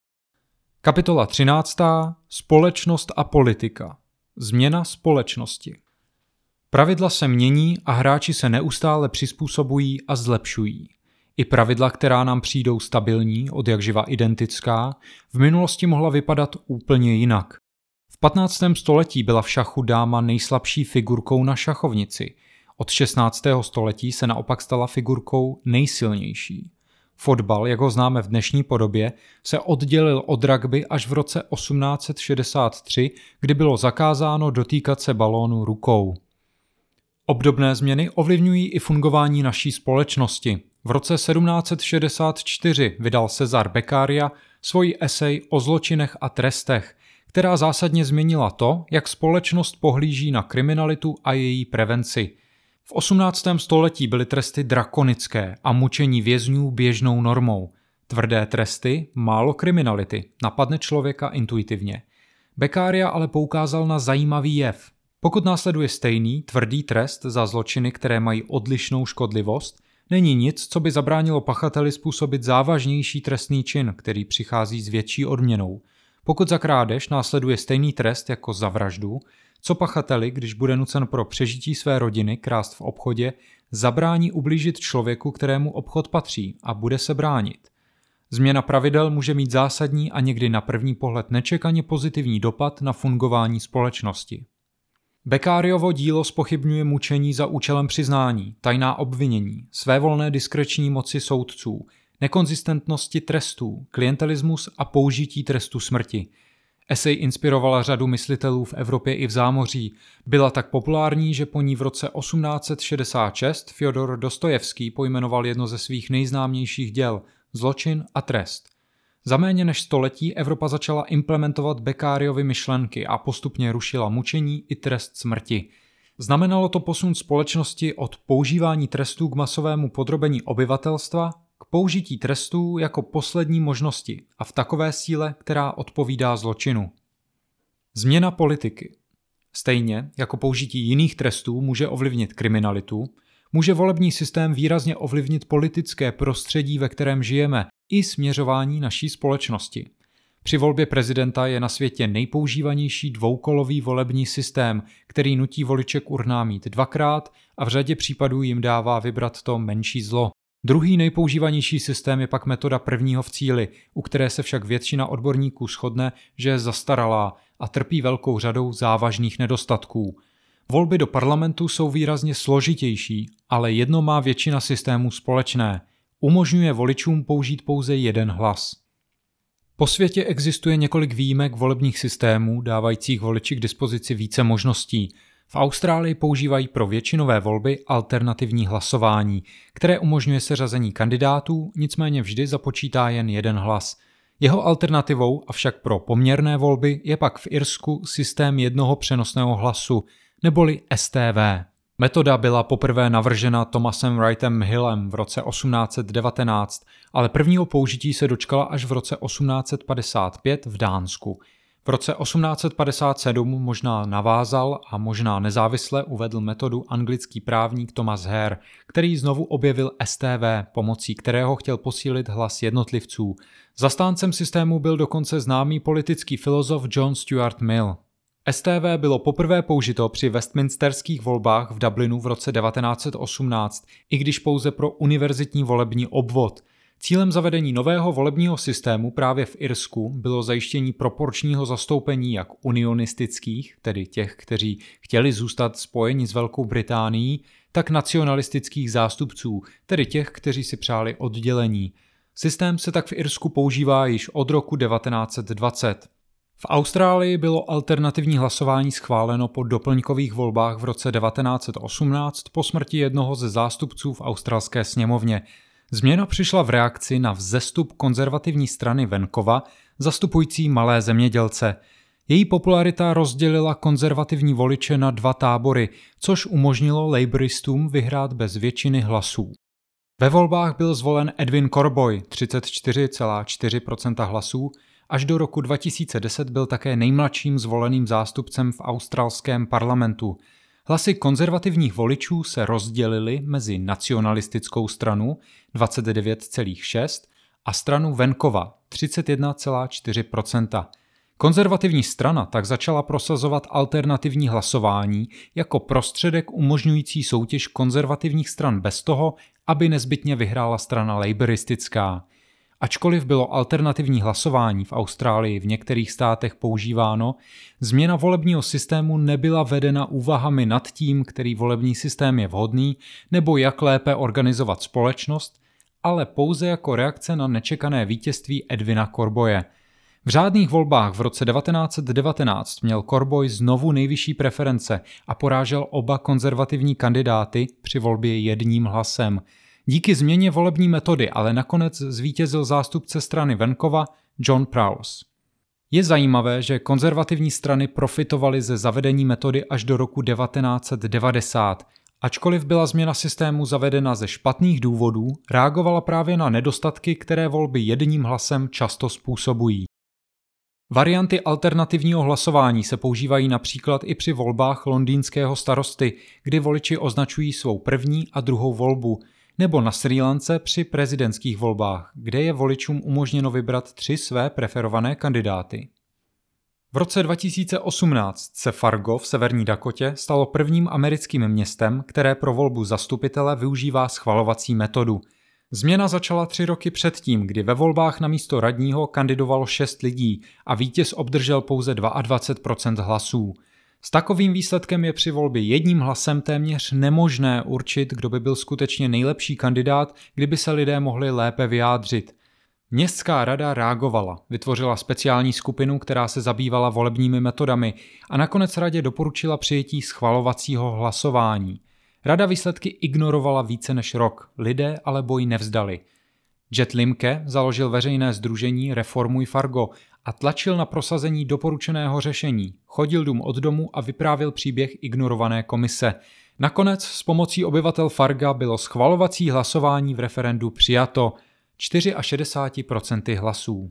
Kapitola třináctá. Společnost a politika. Změna společnosti. Pravidla se mění a hráči se neustále přizpůsobují a zlepšují. I pravidla, která nám přijdou stabilní, odjakživa identická, v minulosti mohla vypadat úplně jinak. V patnáctém století byla v šachu dáma nejslabší figurkou na šachovnici. Od šestnáctého století se naopak stala figurkou nejsilnější. Fotbal, jak ho známe v dnešní podobě, se oddělil od rugby až v roce osmnáct set šedesát tři, kdy bylo zakázáno dotýkat se balónu rukou. Obdobné změny ovlivňují i fungování naší společnosti. V roce sedmnáct set šedesát čtyři vydal Cesare Beccaria svoji esej o zločinech a trestech, která zásadně změnila to, jak společnost pohlíží na kriminalitu a její prevenci. V osmnáctém století byly tresty drakonické a mučení vězňů běžnou normou. Tvrdé tresty, málo kriminality, napadne člověka intuitivně. Beccaria ale poukázal na zajímavý jev. Pokud následuje stejný, tvrdý trest za zločiny, které mají odlišnou škodlivost, není nic, co by zabránilo pachateli způsobit závažnější trestný čin, který přichází s větší odměnou. Pokud za krádež následuje stejný trest jako za vraždu, co pachateli, když bude nucen pro přežití své rodiny krást v obchodě, zabrání ublížit člověku, kterému obchod patří a bude se bránit. Změna pravidel může mít zásadní a někdy na první pohled nečekaně pozitivní dopad na fungování společnosti. Beccariovo dílo zpochybňuje mučení za účelem přiznání, tajná obvinění, svévolné diskreční moci soudců, nekonzistentnosti trestů, klientelismus a použití trestu smrti. Esej inspirovala řadu myslitelů v Evropě i v zámoří. Byla tak populární, že po ní v roce osmnáct set šedesát šest Fjodor Dostojevský pojmenoval jedno ze svých nejznámějších děl Zločin a trest. Za méně než století Evropa začala implementovat Beccariovy myšlenky a postupně rušila mučení i trest smrti. Znamenalo to posun společnosti od používání trestů k masovému podrobení obyvatelstva k použití trestů jako poslední možnosti a v takové síle, která odpovídá zločinu. Změna politiky. Stejně jako použití jiných trestů může ovlivnit kriminalitu, může volební systém výrazně ovlivnit politické prostředí, ve kterém žijeme, i směřování naší společnosti. Při volbě prezidenta je na světě nejpoužívanější dvoukolový volební systém, který nutí voliče k urnám jít dvakrát a v řadě případů jim dává vybrat to menší zlo. Druhý nejpoužívanější systém je pak metoda prvního v cíli, u které se však většina odborníků shodne, že je zastaralá a trpí velkou řadou závažných nedostatků. Volby do parlamentu jsou výrazně složitější, ale jedno má většina systémů společné. Umožňuje voličům použít pouze jeden hlas. Po světě existuje několik výjimek volebních systémů, dávajících voliči k dispozici více možností. V Austrálii používají pro většinové volby alternativní hlasování, které umožňuje seřazení kandidátů, nicméně vždy započítá jen jeden hlas. Jeho alternativou, avšak pro poměrné volby, je pak v Irsku systém jednoho přenosného hlasu, neboli S T V. Metoda byla poprvé navržena Thomasem Wrightem Hillem v roce osmnáct set devatenáct, ale prvního použití se dočkala až v roce osmnáct set padesát pět v Dánsku. V roce osmnáct set padesát sedm možná navázal a možná nezávisle uvedl metodu anglický právník Thomas Hare, který znovu objevil S T V, pomocí kterého chtěl posílit hlas jednotlivců. Zastáncem systému byl dokonce známý politický filozof John Stuart Mill. S T V bylo poprvé použito při westminsterských volbách v Dublinu v roce devatenáct set osmnáct, i když pouze pro univerzitní volební obvod. Cílem zavedení nového volebního systému právě v Irsku bylo zajištění proporčního zastoupení jak unionistických, tedy těch, kteří chtěli zůstat spojeni s Velkou Británií, tak nacionalistických zástupců, tedy těch, kteří si přáli oddělení. Systém se tak v Irsku používá již od roku devatenáct set dvacet. V Austrálii bylo alternativní hlasování schváleno po doplňkových volbách v roce devatenáct set osmnáct po smrti jednoho ze zástupců v australské sněmovně. Změna přišla v reakci na vzestup konzervativní strany venkova, zastupující malé zemědělce. Její popularita rozdělila konzervativní voliče na dva tábory, což umožnilo labouristům vyhrát bez většiny hlasů. Ve volbách byl zvolen Edwin Corboy, třicet čtyři celá čtyři procenta hlasů, až do roku dva tisíce deset byl také nejmladším zvoleným zástupcem v australském parlamentu. Hlasy konzervativních voličů se rozdělily mezi nacionalistickou stranu dvacet devět celá šest a stranu venkova třicet jedna celá čtyři procenta. Konzervativní strana tak začala prosazovat alternativní hlasování jako prostředek umožňující soutěž konzervativních stran bez toho, aby nezbytně vyhrála strana laboristická. Ačkoliv bylo alternativní hlasování v Austrálii v některých státech používáno, změna volebního systému nebyla vedena úvahami nad tím, který volební systém je vhodný nebo jak lépe organizovat společnost, ale pouze jako reakce na nečekané vítězství Edwina Corboye. V řádných volbách v roce devatenáct set devatenáct měl Corboy znovu nejvyšší preference a porážel oba konzervativní kandidáty při volbě jedním hlasem. Díky změně volební metody ale nakonec zvítězil zástupce strany venkova John Prowse. Je zajímavé, že konzervativní strany profitovaly ze zavedení metody až do roku devatenáct set devadesát. Ačkoliv byla změna systému zavedena ze špatných důvodů, reagovala právě na nedostatky, které volby jedním hlasem často způsobují. Varianty alternativního hlasování se používají například i při volbách londýnského starosty, kdy voliči označují svou první a druhou volbu, nebo na Srí Lance při prezidentských volbách, kde je voličům umožněno vybrat tři své preferované kandidáty. V roce dva tisíce osmnáct se Fargo v severní Dakotě stalo prvním americkým městem, které pro volbu zastupitele využívá schvalovací metodu. Změna začala tři roky předtím, kdy ve volbách na místo radního kandidovalo šest lidí a vítěz obdržel pouze dvacet dva procent hlasů. S takovým výsledkem je při volbě jedním hlasem téměř nemožné určit, kdo by byl skutečně nejlepší kandidát, kdyby se lidé mohli lépe vyjádřit. Městská rada reagovala, vytvořila speciální skupinu, která se zabývala volebními metodami a nakonec radě doporučila přijetí schvalovacího hlasování. Rada výsledky ignorovala více než rok, lidé ale boj nevzdali. Jet Limke založil veřejné sdružení Reformuj Fargo a tlačil na prosazení doporučeného řešení, chodil dům od domu a vyprávěl příběh ignorované komise. Nakonec s pomocí obyvatel Farga bylo schvalovací hlasování v referendu přijato šedesát čtyři procent hlasů.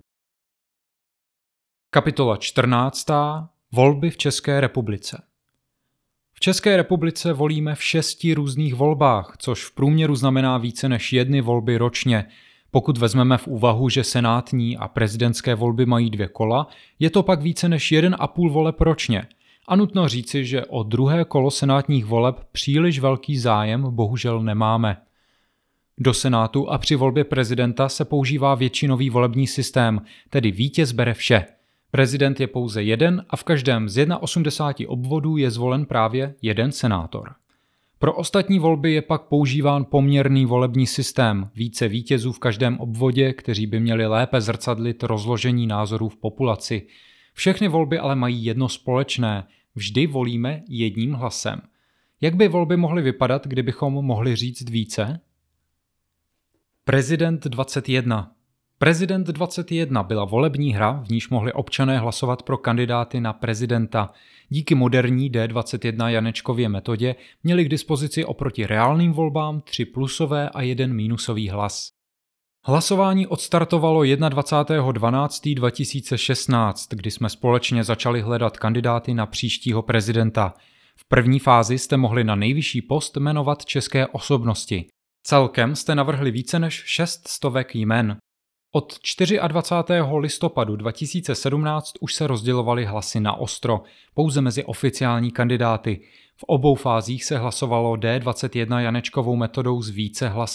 Kapitola čtrnáctá. Volby v České republice. V České republice volíme v šesti různých volbách, což v průměru znamená více než jedny volby ročně. Pokud vezmeme v úvahu, že senátní a prezidentské volby mají dvě kola, je to pak více než jeden a půl voleb ročně. A nutno říci, že o druhé kolo senátních voleb příliš velký zájem bohužel nemáme. Do Senátu a při volbě prezidenta se používá většinový volební systém, tedy vítěz bere vše. Prezident je pouze jeden a v každém z osmdesáti jedna obvodů je zvolen právě jeden senátor. Pro ostatní volby je pak používán poměrný volební systém, více vítězů v každém obvodě, kteří by měli lépe zrcadlit rozložení názorů v populaci. Všechny volby ale mají jedno společné, vždy volíme jedním hlasem. Jak by volby mohly vypadat, kdybychom mohli říct více? Prezident dvacet jedna. Prezident dvacet jedna byla volební hra, v níž mohli občané hlasovat pro kandidáty na prezidenta. Díky moderní D dvacet jedna Janečkově metodě měli k dispozici oproti reálným volbám tři plusové a jeden mínusový hlas. Hlasování odstartovalo dvacátého prvního dvanáctého dva tisíce šestnáct, kdy jsme společně začali hledat kandidáty na příštího prezidenta. V první fázi jste mohli na nejvyšší post jmenovat české osobnosti. Celkem jste navrhli více než šest stovek jmen. Od dvacátého čtvrtého listopadu dva tisíce sedmnáct už se rozdělovaly hlasy na ostro, pouze mezi oficiální kandidáty. V obou fázích se hlasovalo D dvacet jedna Janečkovou metodou s více hlasy.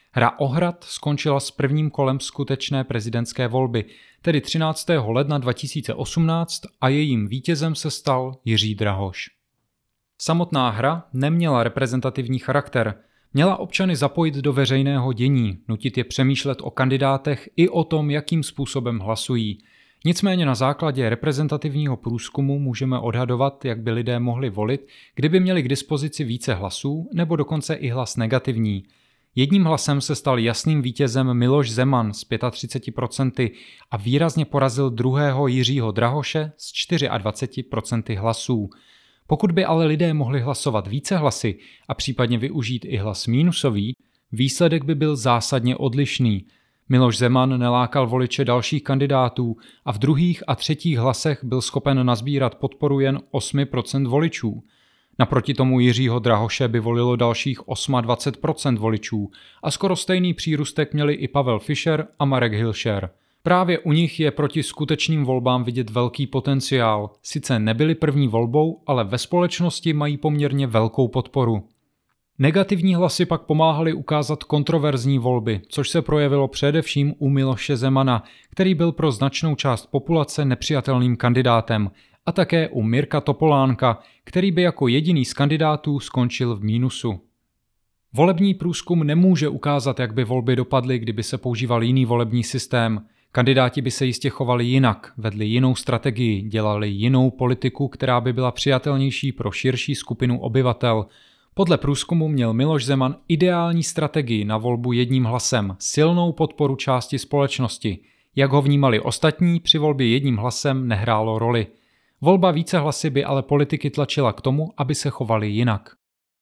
Hra o hrad skončila s prvním kolem skutečné prezidentské volby, tedy třináctého ledna dva tisíce osmnáct, a jejím vítězem se stal Jiří Drahoš. Samotná hra neměla reprezentativní charakter, měla občany zapojit do veřejného dění, nutit je přemýšlet o kandidátech i o tom, jakým způsobem hlasují. Nicméně na základě reprezentativního průzkumu můžeme odhadovat, jak by lidé mohli volit, kdyby měli k dispozici více hlasů nebo dokonce i hlas negativní. Jedním hlasem se stal jasným vítězem Miloš Zeman s třiceti pěti procenty a výrazně porazil druhého Jiřího Drahoše s dvaceti čtyřmi procenty hlasů. Pokud by ale lidé mohli hlasovat více hlasy a případně využít i hlas mínusový, výsledek by byl zásadně odlišný. Miloš Zeman nelákal voliče dalších kandidátů a v druhých a třetích hlasech byl schopen nazbírat podporu jen osm procent voličů. Naproti tomu Jiřího Drahoše by volilo dalších dvacet osm procent voličů a skoro stejný přírůstek měli i Pavel Fischer a Marek Hilšer. Právě u nich je proti skutečným volbám vidět velký potenciál. Sice nebyli první volbou, ale ve společnosti mají poměrně velkou podporu. Negativní hlasy pak pomáhaly ukázat kontroverzní volby, což se projevilo především u Miloše Zemana, který byl pro značnou část populace nepřijatelným kandidátem, a také u Mirka Topolánka, který by jako jediný z kandidátů skončil v mínusu. Volební průzkum nemůže ukázat, jak by volby dopadly, kdyby se používal jiný volební systém. Kandidáti by se jistě chovali jinak, vedli jinou strategii, dělali jinou politiku, která by byla přijatelnější pro širší skupinu obyvatel. Podle průzkumu měl Miloš Zeman ideální strategii na volbu jedním hlasem, silnou podporu části společnosti. Jak ho vnímali ostatní, při volbě jedním hlasem nehrálo roli. Volba více hlasy by ale politiky tlačila k tomu, aby se chovali jinak.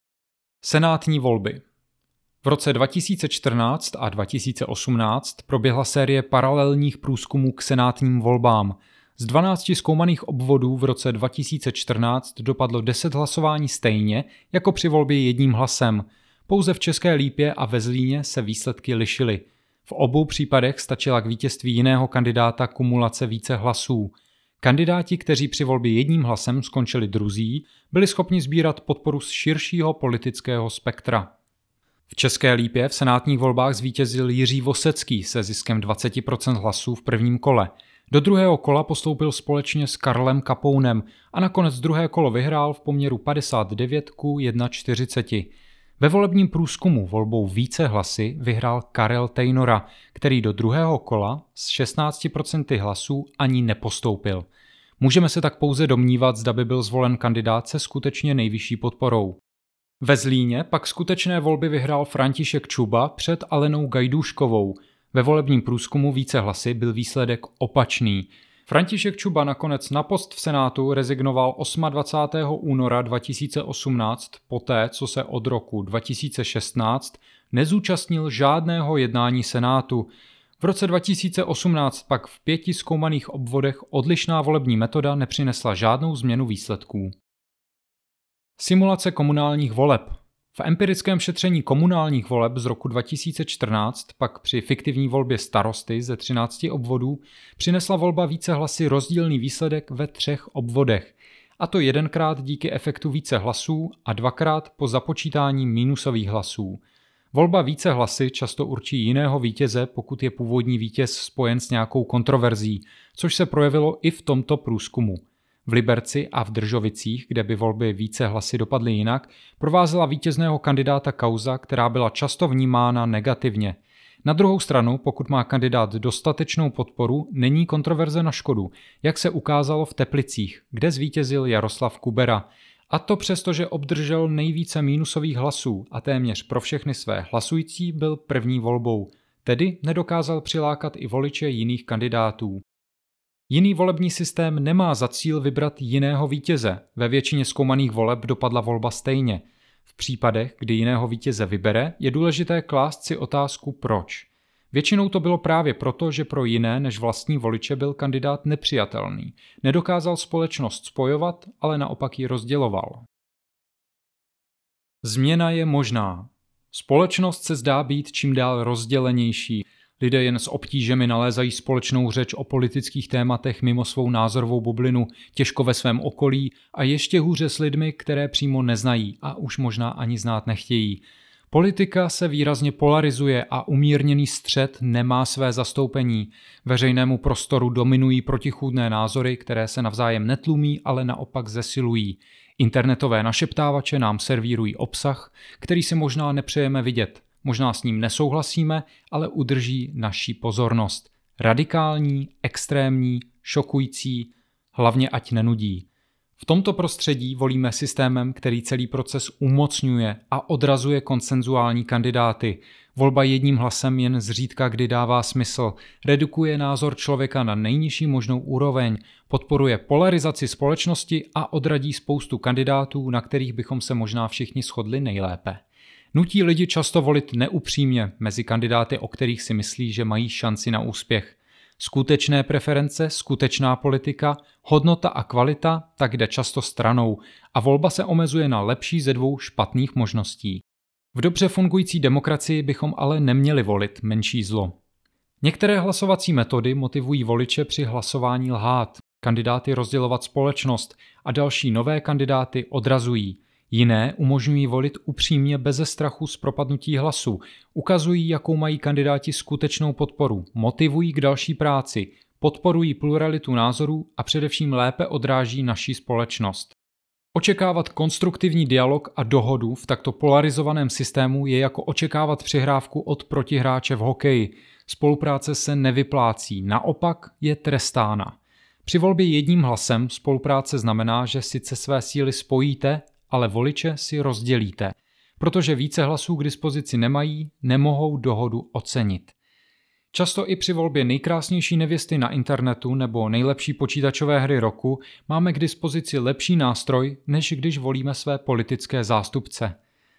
Senátní volby. V roce dva tisíce čtrnáct a dva tisíce osmnáct proběhla série paralelních průzkumů k senátním volbám. Z dvanácti zkoumaných obvodů v roce dva tisíce čtrnáct dopadlo deset hlasování stejně jako při volbě jedním hlasem. Pouze v České Lípě a ve Zlíně se výsledky lišily. V obou případech stačila k vítězství jiného kandidáta kumulace více hlasů. Kandidáti, kteří při volbě jedním hlasem skončili druzí, byli schopni sbírat podporu z širšího politického spektra. V České Lípě v senátních volbách zvítězil Jiří Vosecký se ziskem dvacet procent hlasů v prvním kole. Do druhého kola postoupil společně s Karlem Kapounem a nakonec druhé kolo vyhrál v poměru padesát devět ku čtyřiceti jednomu. Ve volebním průzkumu volbou více hlasy vyhrál Karel Tejnora, který do druhého kola s šestnácti procenty hlasů ani nepostoupil. Můžeme se tak pouze domnívat, zda by byl zvolen kandidát se skutečně nejvyšší podporou. Ve Zlíně pak skutečné volby vyhrál František Čuba před Alenou Gajdůškovou. Ve volebním průzkumu více hlasy byl výsledek opačný. František Čuba nakonec na post v Senátu rezignoval dvacátého osmého února dva tisíce osmnáct poté, co se od roku dva tisíce šestnáct nezúčastnil žádného jednání Senátu. V roce dva tisíce osmnáct pak v pěti zkoumaných obvodech odlišná volební metoda nepřinesla žádnou změnu výsledků. Simulace komunálních voleb. V empirickém šetření komunálních voleb z roku dva tisíce čtrnáct pak při fiktivní volbě starosty ze třinácti obvodů přinesla volba více hlasy rozdílný výsledek ve třech obvodech, a to jedenkrát díky efektu více hlasů a dvakrát po započítání minusových hlasů. Volba více hlasy často určí jiného vítěze, pokud je původní vítěz spojen s nějakou kontroverzí, což se projevilo i v tomto průzkumu. V Liberci a v Držovicích, kde by volby více hlasy dopadly jinak, provázela vítězného kandidáta kauza, která byla často vnímána negativně. Na druhou stranu, pokud má kandidát dostatečnou podporu, není kontroverze na škodu, jak se ukázalo v Teplicích, kde zvítězil Jaroslav Kubera. A to přesto, že obdržel nejvíce mínusových hlasů a téměř pro všechny své hlasující byl první volbou, tedy nedokázal přilákat i voliče jiných kandidátů. Jiný volební systém nemá za cíl vybrat jiného vítěze. Ve většině zkoumaných voleb dopadla volba stejně. V případech, kdy jiného vítěze vybere, je důležité klást si otázku proč. Většinou to bylo právě proto, že pro jiné než vlastní voliče byl kandidát nepřijatelný. Nedokázal společnost spojovat, ale naopak ji rozděloval. Změna je možná. Společnost se zdá být čím dál rozdělenější. Lidé jen s obtížemi nalézají společnou řeč o politických tématech mimo svou názorovou bublinu, těžko ve svém okolí a ještě hůře s lidmi, které přímo neznají a už možná ani znát nechtějí. Politika se výrazně polarizuje a umírněný střet nemá své zastoupení. Veřejnému prostoru dominují protichůdné názory, které se navzájem netlumí, ale naopak zesilují. Internetové našeptávače nám servírují obsah, který si možná nepřejeme vidět. Možná s ním nesouhlasíme, ale udrží naši pozornost. Radikální, extrémní, šokující, hlavně ať nenudí. V tomto prostředí volíme systémem, který celý proces umocňuje a odrazuje konsenzuální kandidáty. Volba jedním hlasem jen zřídka kdy dává smysl, redukuje názor člověka na nejnižší možnou úroveň, podporuje polarizaci společnosti a odradí spoustu kandidátů, na kterých bychom se možná všichni shodli nejlépe. Nutí lidi často volit neupřímně mezi kandidáty, o kterých si myslí, že mají šanci na úspěch. Skutečné preference, skutečná politika, hodnota a kvalita tak jde často stranou a volba se omezuje na lepší ze dvou špatných možností. V dobře fungující demokracii bychom ale neměli volit menší zlo. Některé hlasovací metody motivují voliče při hlasování lhát, kandidáty rozdělovat společnost a další nové kandidáty odrazují. Jiné umožňují volit upřímně beze strachu z propadnutí hlasu, ukazují, jakou mají kandidáti skutečnou podporu, motivují k další práci, podporují pluralitu názorů a především lépe odráží naši společnost. Očekávat konstruktivní dialog a dohodu v takto polarizovaném systému je jako očekávat přihrávku od protihráče v hokeji. Spolupráce se nevyplácí, naopak je trestána. Při volbě jedním hlasem spolupráce znamená, že sice své síly spojíte, ale voliče si rozdělíte. Protože více hlasů k dispozici nemají, nemohou dohodu ocenit. Často i při volbě nejkrásnější nevěsty na internetu nebo nejlepší počítačové hry roku máme k dispozici lepší nástroj, než když volíme své politické zástupce.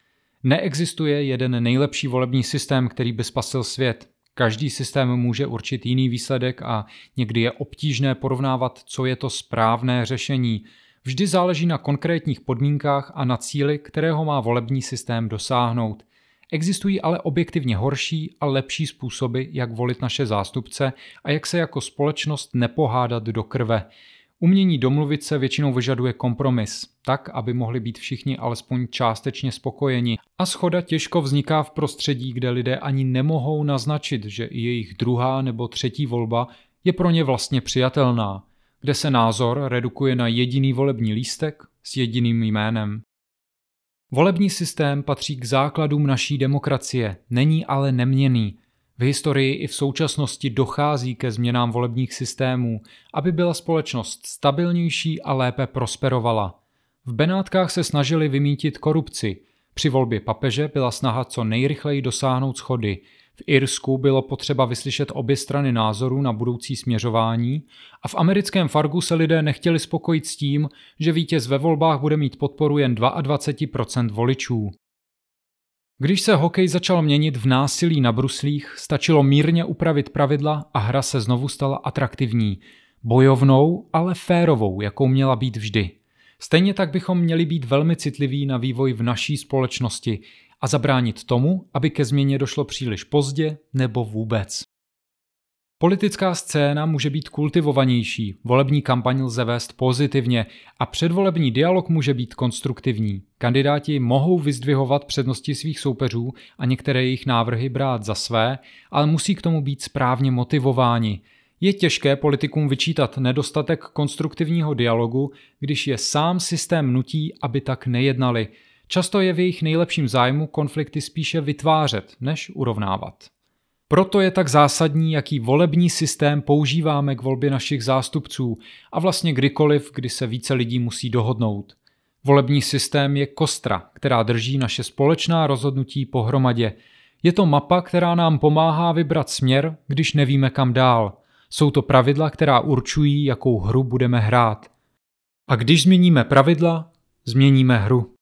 Neexistuje jeden nejlepší volební systém, který by spasil svět. Každý systém může určit jiný výsledek a někdy je obtížné porovnávat, co je to správné řešení. Vždy záleží na konkrétních podmínkách a na cíli, kterého má volební systém dosáhnout. Existují ale objektivně horší a lepší způsoby, jak volit naše zástupce a jak se jako společnost nepohádat do krve. Umění domluvit se většinou vyžaduje kompromis, tak, aby mohli být všichni alespoň částečně spokojeni. A shoda těžko vzniká v prostředí, kde lidé ani nemohou naznačit, že i jejich druhá nebo třetí volba je pro ně vlastně přijatelná, kde se názor redukuje na jediný volební lístek s jediným jménem. Volební systém patří k základům naší demokracie, není ale neměnný. V historii i v současnosti dochází ke změnám volebních systémů, aby byla společnost stabilnější a lépe prosperovala. V Benátkách se snažili vymýtit korupci. Při volbě papeže byla snaha co nejrychleji dosáhnout shody. V Irsku bylo potřeba vyslyšet obě strany názorů na budoucí směřování a v americkém Fargu se lidé nechtěli spokojit s tím, že vítěz ve volbách bude mít podporu jen dvacet dva procent voličů. Když se hokej začal měnit v násilí na bruslích, stačilo mírně upravit pravidla a hra se znovu stala atraktivní. Bojovnou, ale férovou, jakou měla být vždy. Stejně tak bychom měli být velmi citliví na vývoj v naší společnosti a zabránit tomu, aby ke změně došlo příliš pozdě nebo vůbec. Politická scéna může být kultivovanější, volební kampaň lze vést pozitivně a předvolební dialog může být konstruktivní. Kandidáti mohou vyzdvihovat přednosti svých soupeřů a některé jejich návrhy brát za své, ale musí k tomu být správně motivováni. Je těžké politikům vyčítat nedostatek konstruktivního dialogu, když je sám systém nutí, aby tak nejednali. Často je v jejich nejlepším zájmu konflikty spíše vytvářet, než urovnávat. Proto je tak zásadní, jaký volební systém používáme k volbě našich zástupců a vlastně kdykoliv, kdy se více lidí musí dohodnout. Volební systém je kostra, která drží naše společná rozhodnutí pohromadě. Je to mapa, která nám pomáhá vybrat směr, když nevíme kam dál. Jsou to pravidla, která určují, jakou hru budeme hrát. A když změníme pravidla, změníme hru.